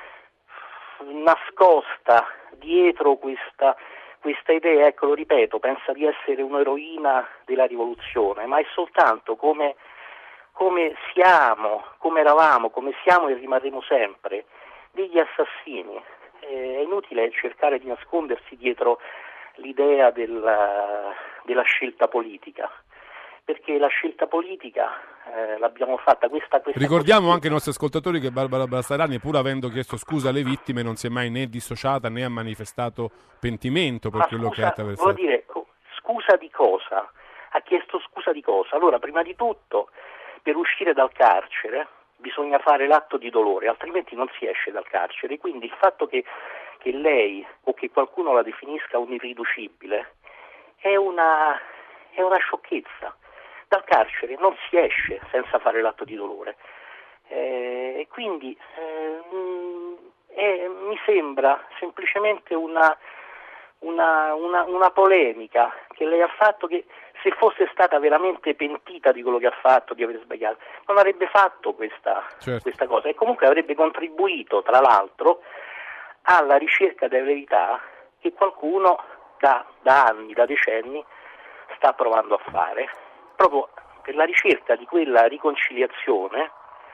nascosta dietro questa... Questa idea, ecco, lo ripeto, pensa di essere un'eroina della rivoluzione, ma è soltanto come, come siamo, come eravamo, come siamo e rimarremo sempre, degli assassini. È inutile cercare di nascondersi dietro l'idea della, della scelta politica, perché la scelta politica eh, l'abbiamo fatta questa, questa Ricordiamo anche ai nostri ascoltatori che Barbara Balzerani, pur avendo chiesto scusa alle vittime, non si è mai né dissociata né ha manifestato pentimento per Ma quello scusa, che ha attraversato. Vuol dire, scusa di cosa? Ha chiesto scusa di cosa? Allora, prima di tutto, per uscire dal carcere bisogna fare l'atto di dolore, altrimenti non si esce dal carcere. Quindi il fatto che, che lei o che qualcuno la definisca un'irriducibile è una, è una sciocchezza. Dal carcere non si esce senza fare l'atto di dolore. E eh, quindi eh, eh, mi sembra semplicemente una, una, una, una polemica che lei ha fatto, che se fosse stata veramente pentita di quello che ha fatto, di aver sbagliato, non avrebbe fatto questa, certo. questa cosa, e comunque avrebbe contribuito, tra l'altro, alla ricerca della verità che qualcuno da, da anni, da decenni sta provando a fare, proprio per la ricerca di quella riconciliazione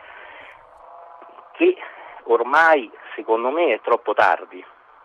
che ormai, secondo me, è troppo tardi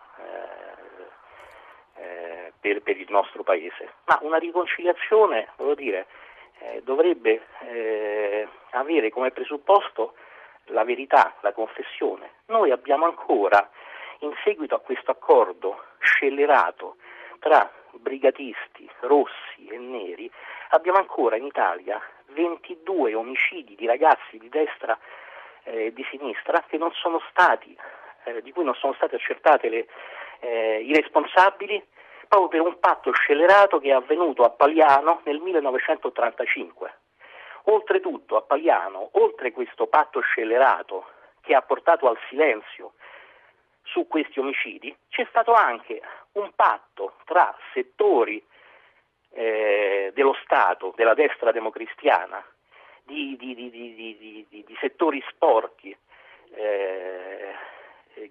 eh, eh, per, per il nostro paese. Ma una riconciliazione, voglio dire, eh, dovrebbe eh, avere come presupposto la verità, la confessione. Noi abbiamo ancora, in seguito a questo accordo scellerato tra brigatisti rossi e neri, abbiamo ancora in Italia ventidue omicidi di ragazzi di destra e eh, di sinistra che non sono stati, eh, di cui non sono state accertate le, eh, i responsabili, proprio per un patto scellerato che è avvenuto a Paliano nel millenovecentottantacinque. oltretutto a Paliano, oltre questo patto scellerato che ha portato al silenzio su questi omicidi, c'è stato anche un patto tra settori eh, dello Stato, della destra democristiana, di, di, di, di, di, di, di settori sporchi eh, eh,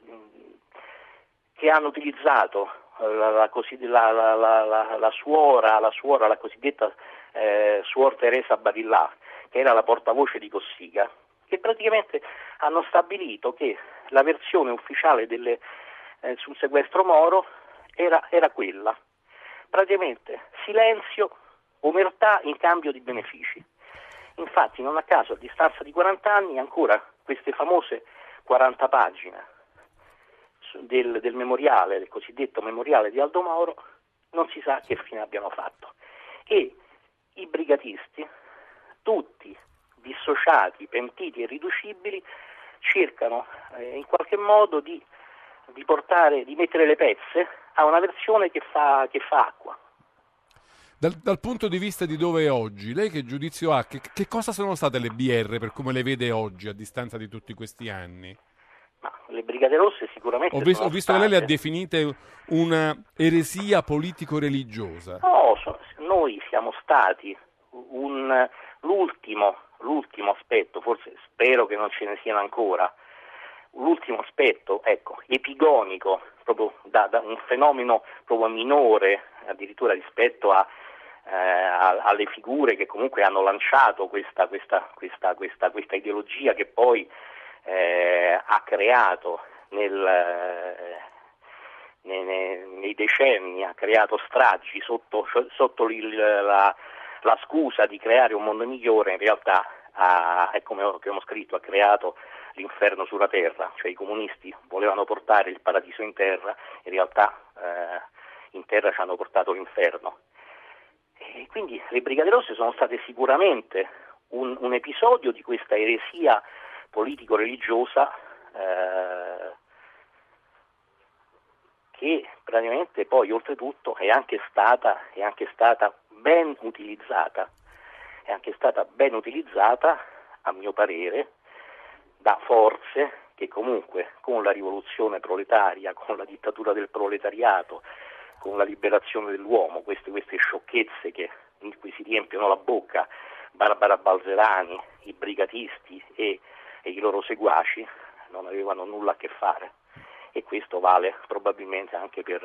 che hanno utilizzato la, la, la, la, la, la, la suora, la suora, la cosiddetta eh, suor Teresa Badillà, che era la portavoce di Cossiga, che praticamente hanno stabilito che la versione ufficiale delle, eh, sul sequestro Moro era, era quella. Praticamente silenzio, omertà in cambio di benefici. Infatti non a caso a distanza di quaranta anni ancora queste famose quaranta pagine del, del memoriale, del cosiddetto memoriale di Aldo Moro, non si sa che fine abbiano fatto. E i brigatisti, tutti dissociati, pentiti e irriducibili, cercano eh, in qualche modo di, di portare, di mettere le pezze a una versione che fa, che fa acqua. Dal, dal punto di vista di dove è oggi, lei che giudizio ha? Che, che cosa sono state le B R per come le vede oggi a distanza di tutti questi anni? Ma le Brigate Rosse sicuramente Ho visto, sono ho visto state... che lei le ha definite una eresia politico-religiosa. No, so, noi siamo stati un, l'ultimo, l'ultimo aspetto, forse spero che non ce ne siano ancora, l'ultimo aspetto, ecco, epigonico, proprio da, da un fenomeno proprio minore, addirittura rispetto a, eh, a, alle figure che comunque hanno lanciato questa, questa, questa, questa, questa ideologia che poi eh, ha creato nel, eh, nei, nei decenni, ha creato stragi sotto, sotto il, la, la scusa di creare un mondo migliore, in realtà ha, è come abbiamo scritto, ha creato l'inferno sulla terra, cioè i comunisti volevano portare il paradiso in terra, in realtà eh, in terra ci hanno portato l'inferno. E quindi le Brigate Rosse sono state sicuramente un, un episodio di questa eresia politico-religiosa eh, che praticamente poi oltretutto è anche stata, è anche stata ben utilizzata, è anche stata ben utilizzata, a mio parere, da forze che comunque con la rivoluzione proletaria, con la dittatura del proletariato, con la liberazione dell'uomo, queste, queste sciocchezze che, in cui si riempiono la bocca Barbara Balzerani, i brigatisti e, e i loro seguaci, non avevano nulla a che fare. E questo vale probabilmente anche per,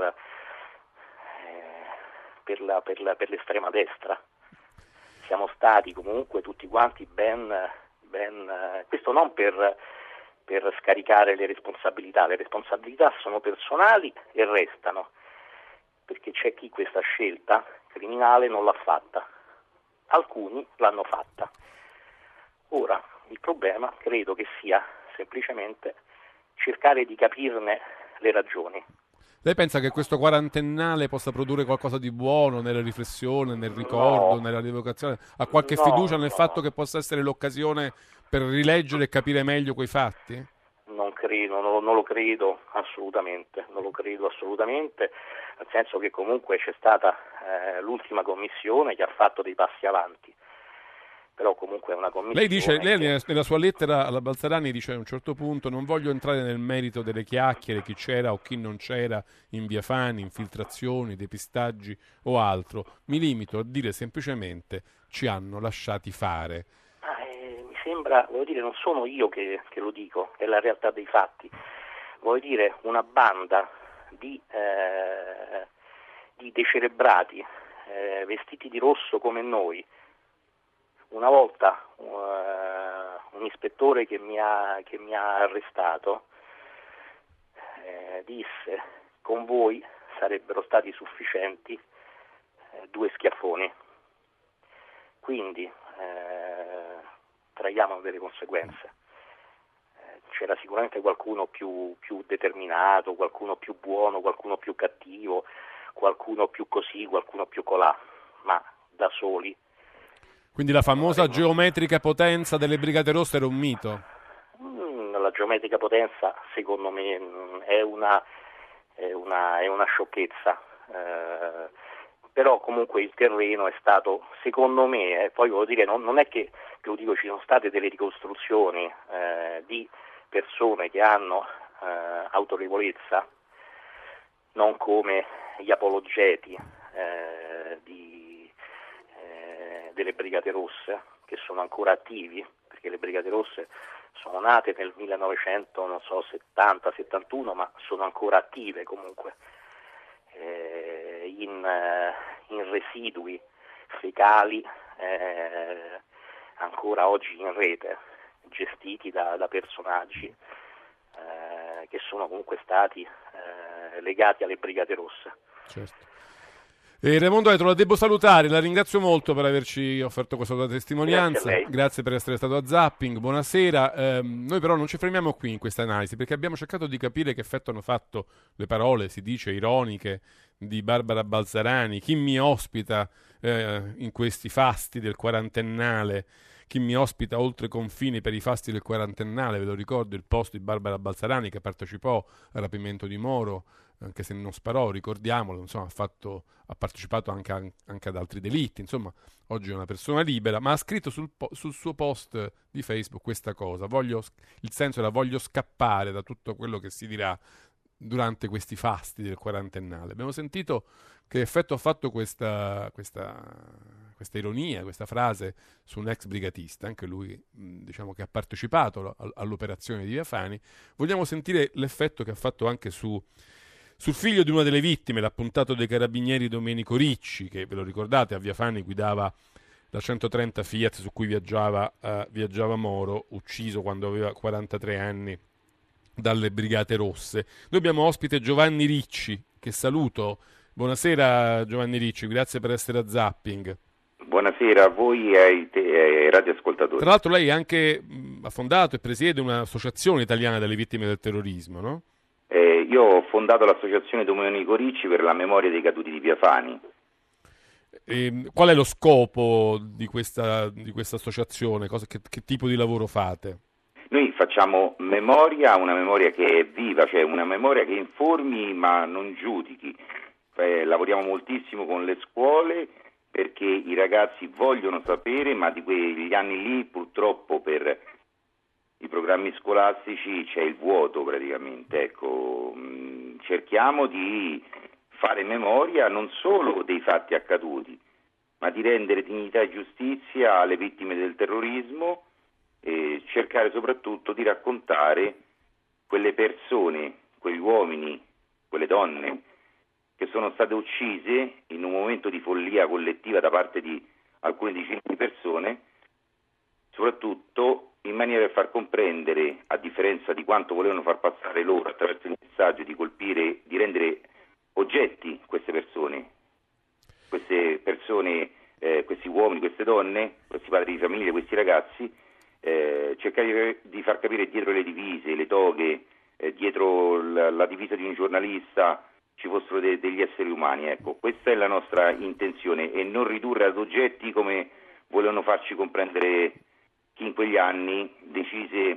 eh, per, la, per, la, per l'estrema destra. Siamo stati comunque tutti quanti ben, ben eh, questo non per, per scaricare le responsabilità, le responsabilità sono personali e restano, perché c'è chi questa scelta criminale non l'ha fatta, alcuni l'hanno fatta. Ora, il problema credo che sia semplicemente cercare di capirne le ragioni. Lei pensa che questo quarantennale possa produrre qualcosa di buono nella riflessione, nel ricordo, no. nella rievocazione? Ha qualche no, fiducia nel no. fatto che possa essere l'occasione per rileggere e capire meglio quei fatti? Non credo, non, non lo credo assolutamente, non lo credo assolutamente, nel senso che comunque c'è stata eh, l'ultima commissione che ha fatto dei passi avanti. Però comunque è una commissione. Lei dice, lei che... nella sua lettera alla Balzerani dice a un certo punto: non voglio entrare nel merito delle chiacchiere, chi c'era o chi non c'era in via Fani, infiltrazioni, depistaggi o altro, mi limito a dire semplicemente ci hanno lasciati fare. Ah, eh, mi sembra, voglio dire, non sono io che, che lo dico, è la realtà dei fatti. Voglio dire, una banda di, eh, di decerebrati eh, vestiti di rosso come noi. Una volta uh, un ispettore che mi ha, che mi ha arrestato eh, disse: con voi sarebbero stati sufficienti eh, due schiaffoni. Quindi eh, traiamo delle conseguenze. Eh, c'era sicuramente qualcuno più, più determinato, qualcuno più buono, qualcuno più cattivo, qualcuno più così, qualcuno più colà, ma da soli. Quindi la famosa geometrica potenza delle Brigate Rosse era un mito? La geometrica potenza, secondo me, è una, è una, è una sciocchezza. Eh, però comunque il terreno è stato, secondo me, eh, poi voglio dire, non, non è che, che lo dico, ci sono state delle ricostruzioni eh, di persone che hanno eh, autorevolezza, non come gli apologeti eh, di, eh, delle Brigate Rosse, che sono ancora attivi, perché le Brigate Rosse sono nate nel millenovecentosettanta settantuno, ma sono ancora attive comunque eh, in, eh, in residui fecali eh, ancora oggi in rete, gestiti da, da personaggi eh, che sono comunque stati eh, legati alle Brigate Rosse. Certo. E Raimondo Etro, la devo salutare, la ringrazio molto per averci offerto questa tua testimonianza, grazie, grazie per essere stato a Zapping, buonasera. Eh, noi però non ci fermiamo qui in questa analisi, perché abbiamo cercato di capire che effetto hanno fatto le parole, si dice, ironiche di Barbara Balzarani, chi mi ospita eh, in questi fasti del quarantennale, chi mi ospita oltre confini per i fasti del quarantennale, ve lo ricordo il post di Barbara Balzarani che partecipò al rapimento di Moro, anche se non sparò, ricordiamolo, insomma, ha, fatto, ha partecipato anche, a, anche ad altri delitti, insomma, oggi è una persona libera, ma ha scritto sul, sul suo post di Facebook questa cosa, voglio, il senso era voglio scappare da tutto quello che si dirà durante questi fasti del quarantennale. Abbiamo sentito che effetto ha fatto questa, questa, questa ironia, questa frase su un ex brigatista, anche lui diciamo che ha partecipato all'operazione di Via Fani. Vogliamo sentire l'effetto che ha fatto anche su sul figlio di una delle vittime, l'appuntato dei carabinieri Domenico Ricci, che ve lo ricordate a Via Fani guidava la centotrenta Fiat su cui viaggiava, uh, viaggiava Moro, ucciso quando aveva quarantatré anni dalle Brigate Rosse. Noi abbiamo ospite Giovanni Ricci, che saluto. Buonasera Giovanni Ricci, grazie per essere a Zapping. Buonasera a voi e ai, te- ai radioascoltatori. Tra l'altro lei anche mh, ha fondato e presiede un'associazione italiana delle vittime del terrorismo, no? Eh, io ho fondato l'associazione Domenico Ricci per la memoria dei caduti di Via Fani. E qual è lo scopo di questa, di questa associazione? Cosa, che, che tipo di lavoro fate? Noi facciamo memoria, una memoria che è viva, cioè una memoria che informi ma non giudichi. Eh, lavoriamo moltissimo con le scuole perché i ragazzi vogliono sapere, ma di quegli anni lì purtroppo per i programmi scolastici c'è il vuoto praticamente. Ecco, mh, cerchiamo di fare memoria non solo dei fatti accaduti, ma di rendere dignità e giustizia alle vittime del terrorismo e cercare soprattutto di raccontare quelle persone, quegli uomini, quelle donne che sono state uccise in un momento di follia collettiva da parte di alcune decine di persone, soprattutto in maniera da far comprendere, a differenza di quanto volevano far passare loro attraverso il messaggio di colpire, di rendere oggetti queste persone, queste persone, eh, questi uomini, queste donne, questi padri di famiglia, questi ragazzi, eh, cercare di far capire dietro le divise, le toghe, eh, dietro la, la divisa di un giornalista ci fossero de- degli esseri umani. Ecco, questa è la nostra intenzione e non ridurre ad oggetti come volevano farci comprendere chi in quegli anni decise,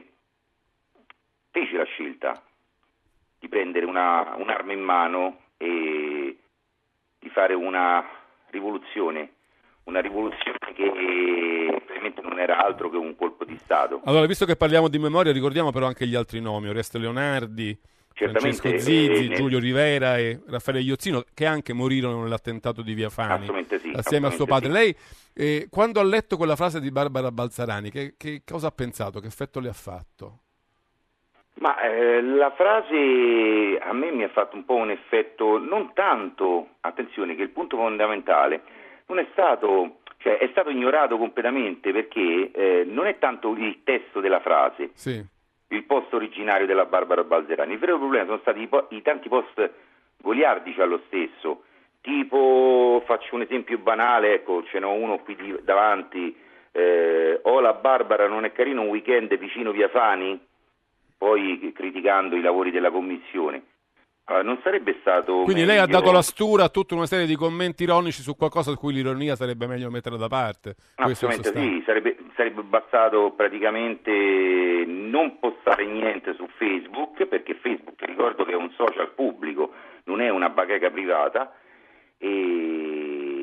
fece la scelta di prendere una, un'arma in mano e di fare una rivoluzione, una rivoluzione che ovviamente non era altro che un colpo di Stato. Allora, visto che parliamo di memoria, ricordiamo però anche gli altri nomi, Oreste Leonardi, Francesco Zizzi, eh, Giulio Rivera e Raffaele Iozzino, che anche morirono nell'attentato di Via Fani, assolutamente sì, assieme a suo padre. Sì. Lei, eh, quando ha letto quella frase di Barbara Balzarani, che, che cosa ha pensato? Che effetto le ha fatto? Ma eh, la frase a me mi ha fatto un po' un effetto, non tanto, attenzione, che il punto fondamentale non è stato, cioè è stato ignorato completamente, perché eh, non è tanto il testo della frase, sì, il post originario della Barbara Balzarani. Il vero problema sono stati i, po- i tanti post goliardici allo stesso, tipo, faccio un esempio banale, ecco, ce n'ho uno qui di, davanti, eh, oh la Barbara non è carino un weekend vicino Via Fani? Poi criticando i lavori della commissione. Allora, non sarebbe stato quindi meglio... lei ha dato la stura a tutta una serie di commenti ironici su qualcosa su cui l'ironia sarebbe meglio metterla da parte. Assolutamente sì, sarebbe, sarebbe bastato praticamente non postare niente su Facebook, perché Facebook, ricordo che è un social pubblico, non è una bacheca privata, e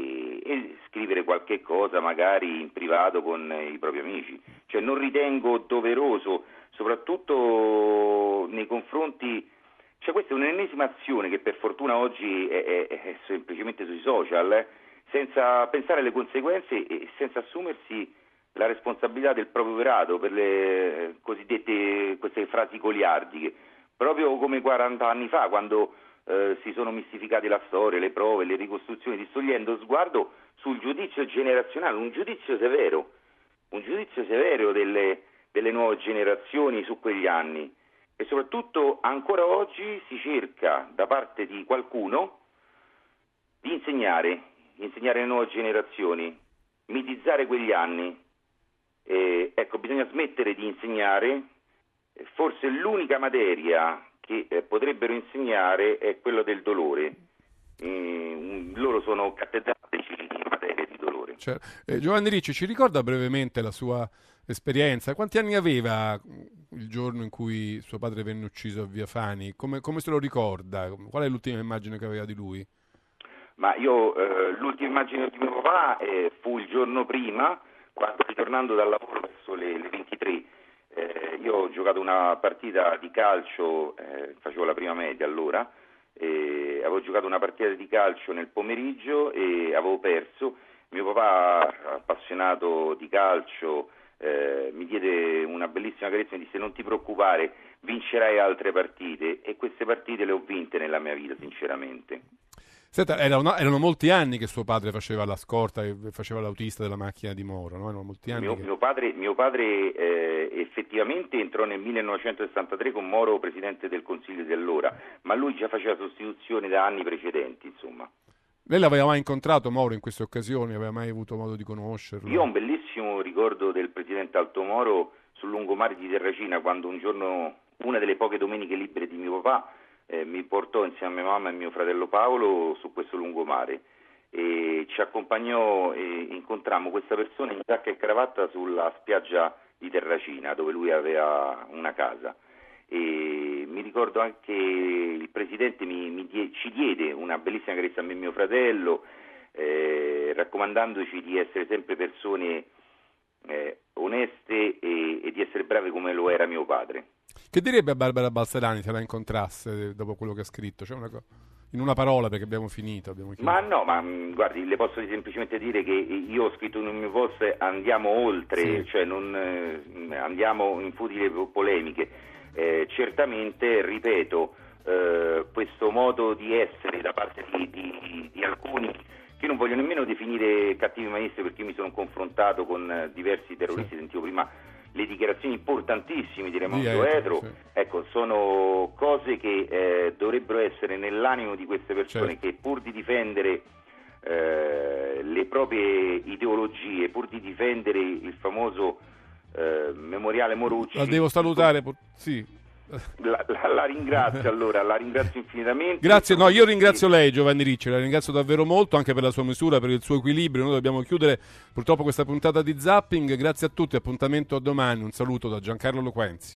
scrivere qualche cosa magari in privato con i propri amici. Cioè non ritengo doveroso, soprattutto nei confronti, cioè questa è un'ennesima azione che per fortuna oggi è, è, è semplicemente sui social, eh, senza pensare alle conseguenze e senza assumersi la responsabilità del proprio operato per le cosiddette queste frasi goliardiche, proprio come quaranta anni fa, quando eh, si sono mistificate la storia, le prove, le ricostruzioni, distogliendo sguardo sul giudizio generazionale, un giudizio severo, un giudizio severo delle, delle nuove generazioni su quegli anni. E soprattutto ancora oggi si cerca da parte di qualcuno di insegnare, insegnare alle nuove generazioni, mitizzare quegli anni. Eh, ecco, bisogna smettere di insegnare. Forse l'unica materia che eh, potrebbero insegnare è quella del dolore. Eh, loro sono cattedratici in materia di dolore. Certo. Eh, Giovanni Ricci, ci ricorda brevemente la sua esperienza? Quanti anni aveva il giorno in cui suo padre venne ucciso a Via Fani? Come, come se lo ricorda? Qual è l'ultima immagine che aveva di lui? Ma io eh, l'ultima immagine di mio papà eh, fu il giorno prima, quando ritornando dal lavoro verso le, le ventitré, eh, io ho giocato una partita di calcio, eh, facevo la prima media allora, eh, avevo giocato una partita di calcio nel pomeriggio e avevo perso. Mio papà, appassionato di calcio, eh, mi diede una bellissima carezza e mi disse: non ti preoccupare, vincerai altre partite, e queste partite le ho vinte nella mia vita, sinceramente. Senta, erano, erano molti anni che suo padre faceva la scorta e faceva l'autista della macchina di Moro, no? Erano molti anni Mio, che... mio padre, mio padre eh, effettivamente entrò nel millenovecentosessantatré con Moro presidente del Consiglio di allora, ma lui già faceva sostituzioni da anni precedenti, insomma. Lei l'aveva mai incontrato Moro in queste occasioni? Aveva mai avuto modo di conoscerlo? Io ho un bellissimo ricordo del presidente Alto Moro sul lungomare di Terracina, quando un giorno, una delle poche domeniche libere di mio papà, Eh, mi portò insieme a mia mamma e mio fratello Paolo su questo lungomare e ci accompagnò e incontrammo questa persona in giacca e cravatta sulla spiaggia di Terracina, dove lui aveva una casa. E mi ricordo anche il presidente mi, mi die, ci diede una bellissima carezza a me e mio fratello, eh, raccomandandoci di essere sempre persone eh, oneste e, e di essere brave come lo era mio padre. Che direbbe a Barbara Balzerani se la incontrasse dopo quello che ha scritto? Cioè una co- in una parola, perché abbiamo finito. Abbiamo ma no, ma mh, guardi, le posso semplicemente dire che io ho scritto nel mio post: andiamo oltre, sì. Cioè non eh, andiamo in futili polemiche. Eh, certamente, ripeto, eh, questo modo di essere da parte di, di, di alcuni, che non voglio nemmeno definire cattivi maestri, perché io mi sono confrontato con diversi terroristi, sì. Sentivo prima le dichiarazioni importantissime di Raimondo Etro, sì. Ecco, sono cose che eh, dovrebbero essere nell'animo di queste persone, certo. Che pur di difendere eh, le proprie ideologie, pur di difendere il famoso eh, memoriale Morucci... La devo salutare, pur... sì. La, la, la ringrazio allora, la ringrazio infinitamente. Grazie, no, io ringrazio lei Giovanni Ricci, la ringrazio davvero molto anche per la sua misura, per il suo equilibrio. Noi dobbiamo chiudere purtroppo questa puntata di Zapping. Grazie a tutti, appuntamento a domani, un saluto da Giancarlo Loquenzi.